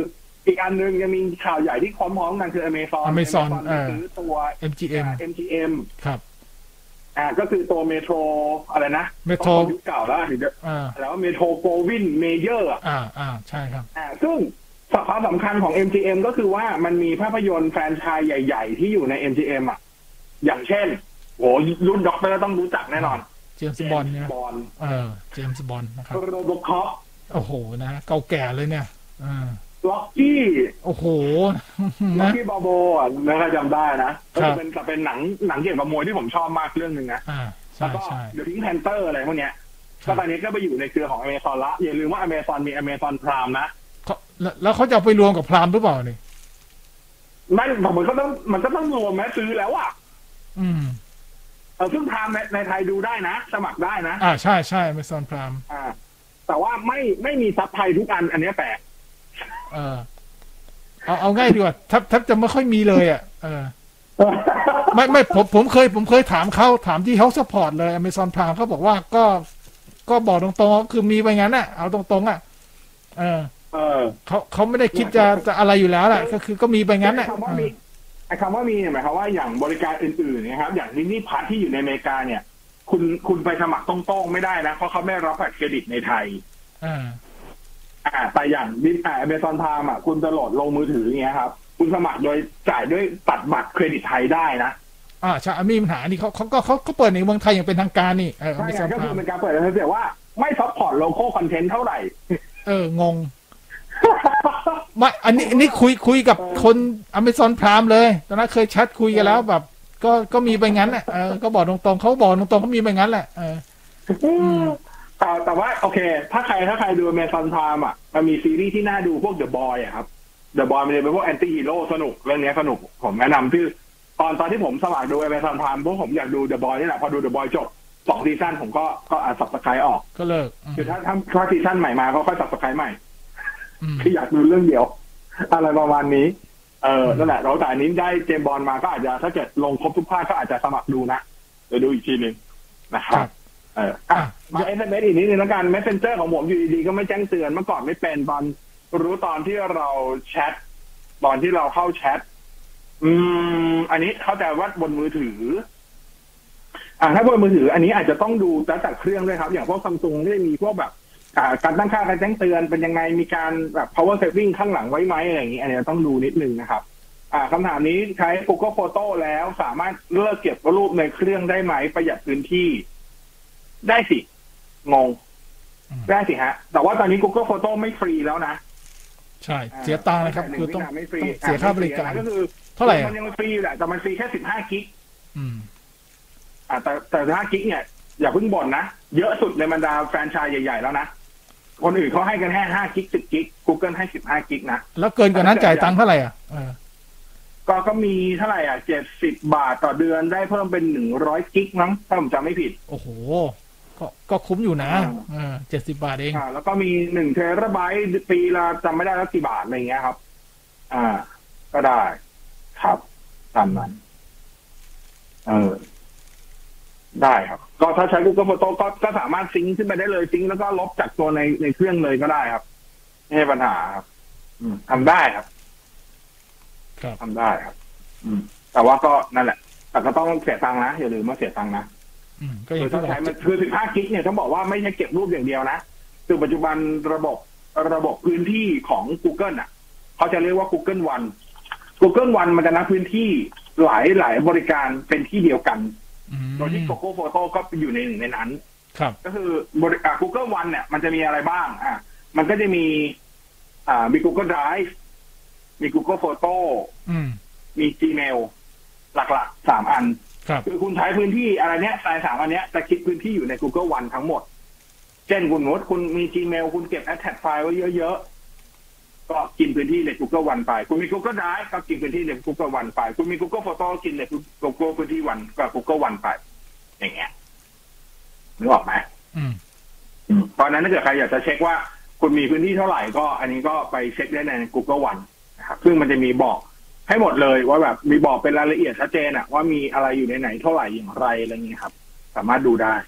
อีกอันนึงยังมีข่าวใหญ่ที่พร้อมๆกันคือ Amazon Amazon ซื้อตัวเอ็ม จี เอ็มเอ็ม จี เอ็มครับอ่าก็คือตัวเมโทรอะไรนะเมโทรยุคเก่าแล้วถึงจะแล้วเมโทรโกวินเมเยอร์อ่าอ่าใช่ครับอ่าซึ่งความสำคัญของ เอ็ม จี เอ็ม ก็คือว่ามันมีภาพยนตร์แฟรนไชส์ใหญ่ๆที่อยู่ใน เอ็ม จี เอ็ม อ่ะอย่างเช่นโหรุ่นด็อกเตอร์ต้องรู้จักแน่นอนเจมส์บอนด์เนี่ยเออเจมส์บอนด์นะครับโรโบคอปโอ้โหนะเก่าแก่เลยเนี่ยอ่าล็อกกี้โอ้โหล็อกกี้บาโบอ่ะนะครับจำได้นะก็จะเป็นจะเป็นหนังหนังเกี่ยวกับมวยที่ผมชอบมากเรื่องนึงนะแล้วก็เดอะพิงค์แพนเตอร์อะไรพวกเนี้ยก็ตอนนี้ก็ไปอยู่ในเครือของ Amazon ละอย่าลืมว่า Amazon มี Amazon Prime นะแล้วเขาจะไปรวมกับ Prime หรือเปล่านี่ไม่มันก็ต้องมันก็ต้องรวมแม้ซื้อแล้วอ่ะอืมเออซึ่ง Prime ในในไทยดูได้นะสมัครได้นะอ่าใช่ใช่ Amazon Prime อ่าแต่ว่าไม่ไม่มีซับไทยทุกอันอันนี้แปลกเออเอาเอาง่ายดีกว่าแทบแทบจะไม่ค่อยมีเลยอ่ะเออไม่ไม่ผมผมเคยผมเคยถามเขาถามที่เขาซัพพอร์ตเลย Amazon Prime เขาบอกว่าก็ก็บอกตรงๆคือมีไปงั้นน่ะเอาตรงๆอ่ะเออเออเขาเขาไม่ได้คิดจะจะอะไรอยู่แล้วแหละก็คือก็มีไปงั้นน่ะคำว่ามีไอ้คำว่ามีเนี่ยหมายความว่าอย่างบริการอื่นๆนะครับอย่างดิสนีย์พาร์ทที่อยู่ในอเมริกาเนี่ยคุณคุณไปสมัครตรงๆไม่ได้นะเพราะเขาไม่รับบัตรเครดิตในไทยอ่าอ่าแต่อย่างดิสอ่า Amazon Prime อ่ะคุณจะโหลดลงมือถืออย่างเงี้ยครับคุณสมัครโดยจ่ายด้วยตัดบัตรเครดิตไทยได้นะอ่าใช่มีปัญหานี่เขาเขาก็เขาเขาเปิดในเมืองไทยอย่างเป็นทางการนี่เออใช่ก็คือเป็นการเปิดแต่ว่าไม่ซัพพอร์ตโลคอลคอนเทนต์เท่าไหร่เอองงไม่อันนี้อันนี้คุยคุยกับคน Amazon Prime เลยตอนนั้นเคยแชทคุยกันแล้วแบบก็ก็มีไปงั้นแหละเออก็บอกตรงๆเขาบอกตรงๆเขามีไปงั้นแหละเออแต่แต่ว่าโอเคถ้าใครถ้าใครดู Amazon Prime อ่ะมันมีซีรีส์ที่น่าดูพวก The Boy อ่ะครับ The Boy มันจะเป็นพวกแอนตี้ฮีโร่สนุกเรื่องนี้สนุกผมแนะนำที่ตอนตอนที่ผมสมัครดู Amazon Prime เพราะผมอยากดู The Boy นี่แหละพอดู The Boy จบสองซีซั่นผมก็ก็อ่าน Subscribe ออกก็เลิกคือถ้าถ้าถ้าซีซั่นใหม่มาก็ค่อย Subscribe ใหม่คืออยากดูเรื่องเดียวอะไรประมาณนี้เออนั่นแหละแล้วแต่อันนี้ได้เจมส์บอนด์มาก็อาจจะถ้าเกิดลงครบทุกภาคก็อาจจะสมัครดูนะเดี๋ยวดูอีกทีนึงนะครับเอออ่ะมา เอส เอ็ม เอส อีกนิดนึงแล้วกัน Messenger ของผมอยู่ดีๆก็ไม่แจ้งเตือนเมื่อก่อนไม่เป็นตอนรู้ตอนที่เราแชทตอนที่เราเข้าแชทอืมอันนี้เข้าใจว่าบนมือถืออ่าถ้าบนมือถืออันนี้อาจจะต้องดูแต่จากเครื่องด้วยครับอย่างพวก Samsung ที่มีพวกแบบอ่าการตั้งค่าการแจ้งเตือนเป็นยังไงมีการแบบ power saving ข้างหลังไว้ไหมอะไรอย่างนี้อันนี้ต้องดูนิดนึงนะครับอ่าคำถามนี้ใช้ Google Photo แล้วสามารถเลือกเก็บรูปในเครื่องได้ไหมประหยัดพื้นที่ได้สิงงได้สิฮะแต่ว่าตอนนี้ Google Photo ไม่ฟรีแล้วนะใช่เสียตังค์นะครับคือต้องต้องเสียค่าบริการก็คือเท่าไหร่มันยังฟรีแหละแต่มันฟรีแค่สิบห้ากิกอืมอ่าแต่แต่สิบห้ากิกเนี่ยอย่าเพิ่งบ่นนะเยอะสุดในบรรดาแฟรนไชส์ใหญ่ๆแล้วนะคนอื่นเขาให้กันแค่ห้ากิกสิบกิก Google ให้สิบห้ากิกนะแล้วเกินกว่านั้นจ่ายตังค์เท่าไหร่อ่ะเออก็ก็มีเท่าไหร่อ่ะเจ็ดสิบบาทต่อเดือนได้เพิ่มเป็นหนึ่งร้อยกิกมั้งถ้าผมจำไม่ผิดโอ้โหก็ก็คุ้มอยู่นะเออเจ็ดสิบบาทเองอ่าแล้วก็มีหนึ่งเทราไบต์ปีละจำไม่ได้แล้วกี่บาทอะไรเงี้ยครับอ่าก็ได้ครับตามนั้นเออได้ครับก็ถ้าใช้ Google Photo ก็ก็สามารถซิงค์ขึ้นไปได้เลยซิงค์แล้วก็ลบจากตัวในในเครื่องเลยก็ได้ครับไม่ใช่ปัญหาครับอืมทำได้ครับครับทำได้ครับอืมแต่ว่าก็นั่นแหละแต่ก็ต้องเสียตังค์นะอย่าลืมว่าเสียตังค์นะอืมก็อย่างที่ใช้มันคือสิบห้ากิกเนี่ยต้องบอกว่าไม่ใช่เก็บรูปอย่างเดียวนะคือปัจจุบันระบบระบบพื้นที่ของ Google อ่ะเขาจะเรียกว่า Google One Google One มันจะนับพื้นที่หลายหลายบริการเป็นที่เดียวกันโดยที่ Google Photo ก็อยู่ในหนึ่งในนั้นครับก็คือบริการ Google One เนี่ยมันจะมีอะไรบ้างอ่ะมันก็จะมีอ่ามี Google Drive มี Google Photo อืมมี Gmail หลักๆสามอันคือคุณใช้พื้นที่อะไรเนี้ยใส่สามอันเนี้ยจะคิดพื้นที่อยู่ใน Google One ทั้งหมดเช่นคุณโน้ตคุณมี Gmail คุณเก็บ attach ไฟล์ไว้เยอะๆก็กินพื้นที่ใน Google One ไปคุณมี Google Drive ก็กินพื้นที่ใน Google One ไปคุณมี Google Photo กินใน Google พื้นที่ One ก็ Google One ไปอย่างเงี้ยนึกออกไหมอืมตอนนั้นถ้าเกิดใครอยากจะเช็คว่าคุณมีพื้นที่เท่าไหร่ก็อันนี้ก็ไปเช็คได้ใน Google One นะครับซึ่งมันจะมีบอกให้หมดเลยว่าแบบมีบอกเป็นรายละเอียดชัดเจนอะว่ามีอะไรอยู่ในไหนเท่าไหร่อย่างไรอะไรเงี้ยครับสามารถดูได้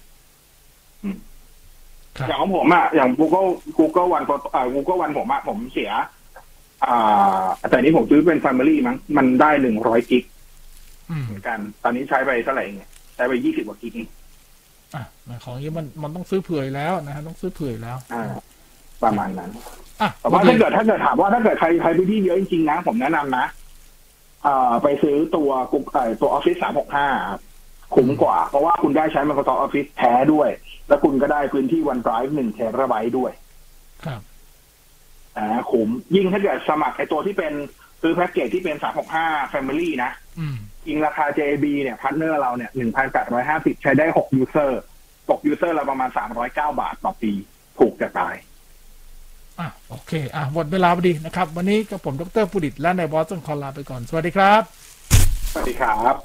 อย่างของผมอะอย่าง Google Google One อ่า Google One ผมอะผมเสียอ่าแต่นี้ผมซื้อเป็น Family มั้งมันได้หนึ่งร้อยกิกเหมือนกันตอนนี้ใช้ไปเท่าไหร่เนี่ยใช้ไปยี่สิบกว่ากิกอ่ะของนี้มันมันต้องซื้อเผื่อแล้วนะฮะต้องซื้อเผื่อแล้วอ่าประมาณนั้นอ่ะแต่ว่าถ้าเกิดถ้าเกิดถามว่าถ้าเกิดใครใครพื้นที่เยอะจริงๆนะผมแนะนำนะอ่าไปซื้อตัวกุ๊กไอตัว Office สามหกห้าคุ้มกว่าเพราะว่าคุณได้ใช้ Microsoft Office แท้ด้วยแล้วคุณก็ได้พื้นที่ OneDrive หนึ่งเทราไบต์ด้วยครับอ่าคุ้มยิ่งถ้าเกิดสมัครไอตัวที่เป็นซื้อแพ็กเกจที่เป็นสามหกห้า Family นะยิงราคา เจ เอ บี เนี่ยพาร์ทเนอร์เราเนี่ย หนึ่งพันแปดร้อยห้าสิบ ใช้ได้หกยูเซอร์ตกยูเซอร์เราประมาณสามร้อยเก้าบาทต่อปีถูกจะตายอ่ะโอเคอ่ะหมดเวลาพอดีนะครับวันนี้กับผมดร.ภูดิษฐ์และนายบอสต้องขอลาไปก่อนสวัสดีครับสวัสดีครับ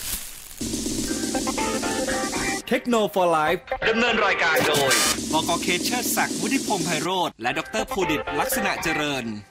เทคโนโลยีไลฟ์ดำเนินรายการโดยบก.เคเชอร์ศักดิ์วุฒิพงษ์ไพโรจน์และดร.ภูดิษฐ์ลักษณะเจริญ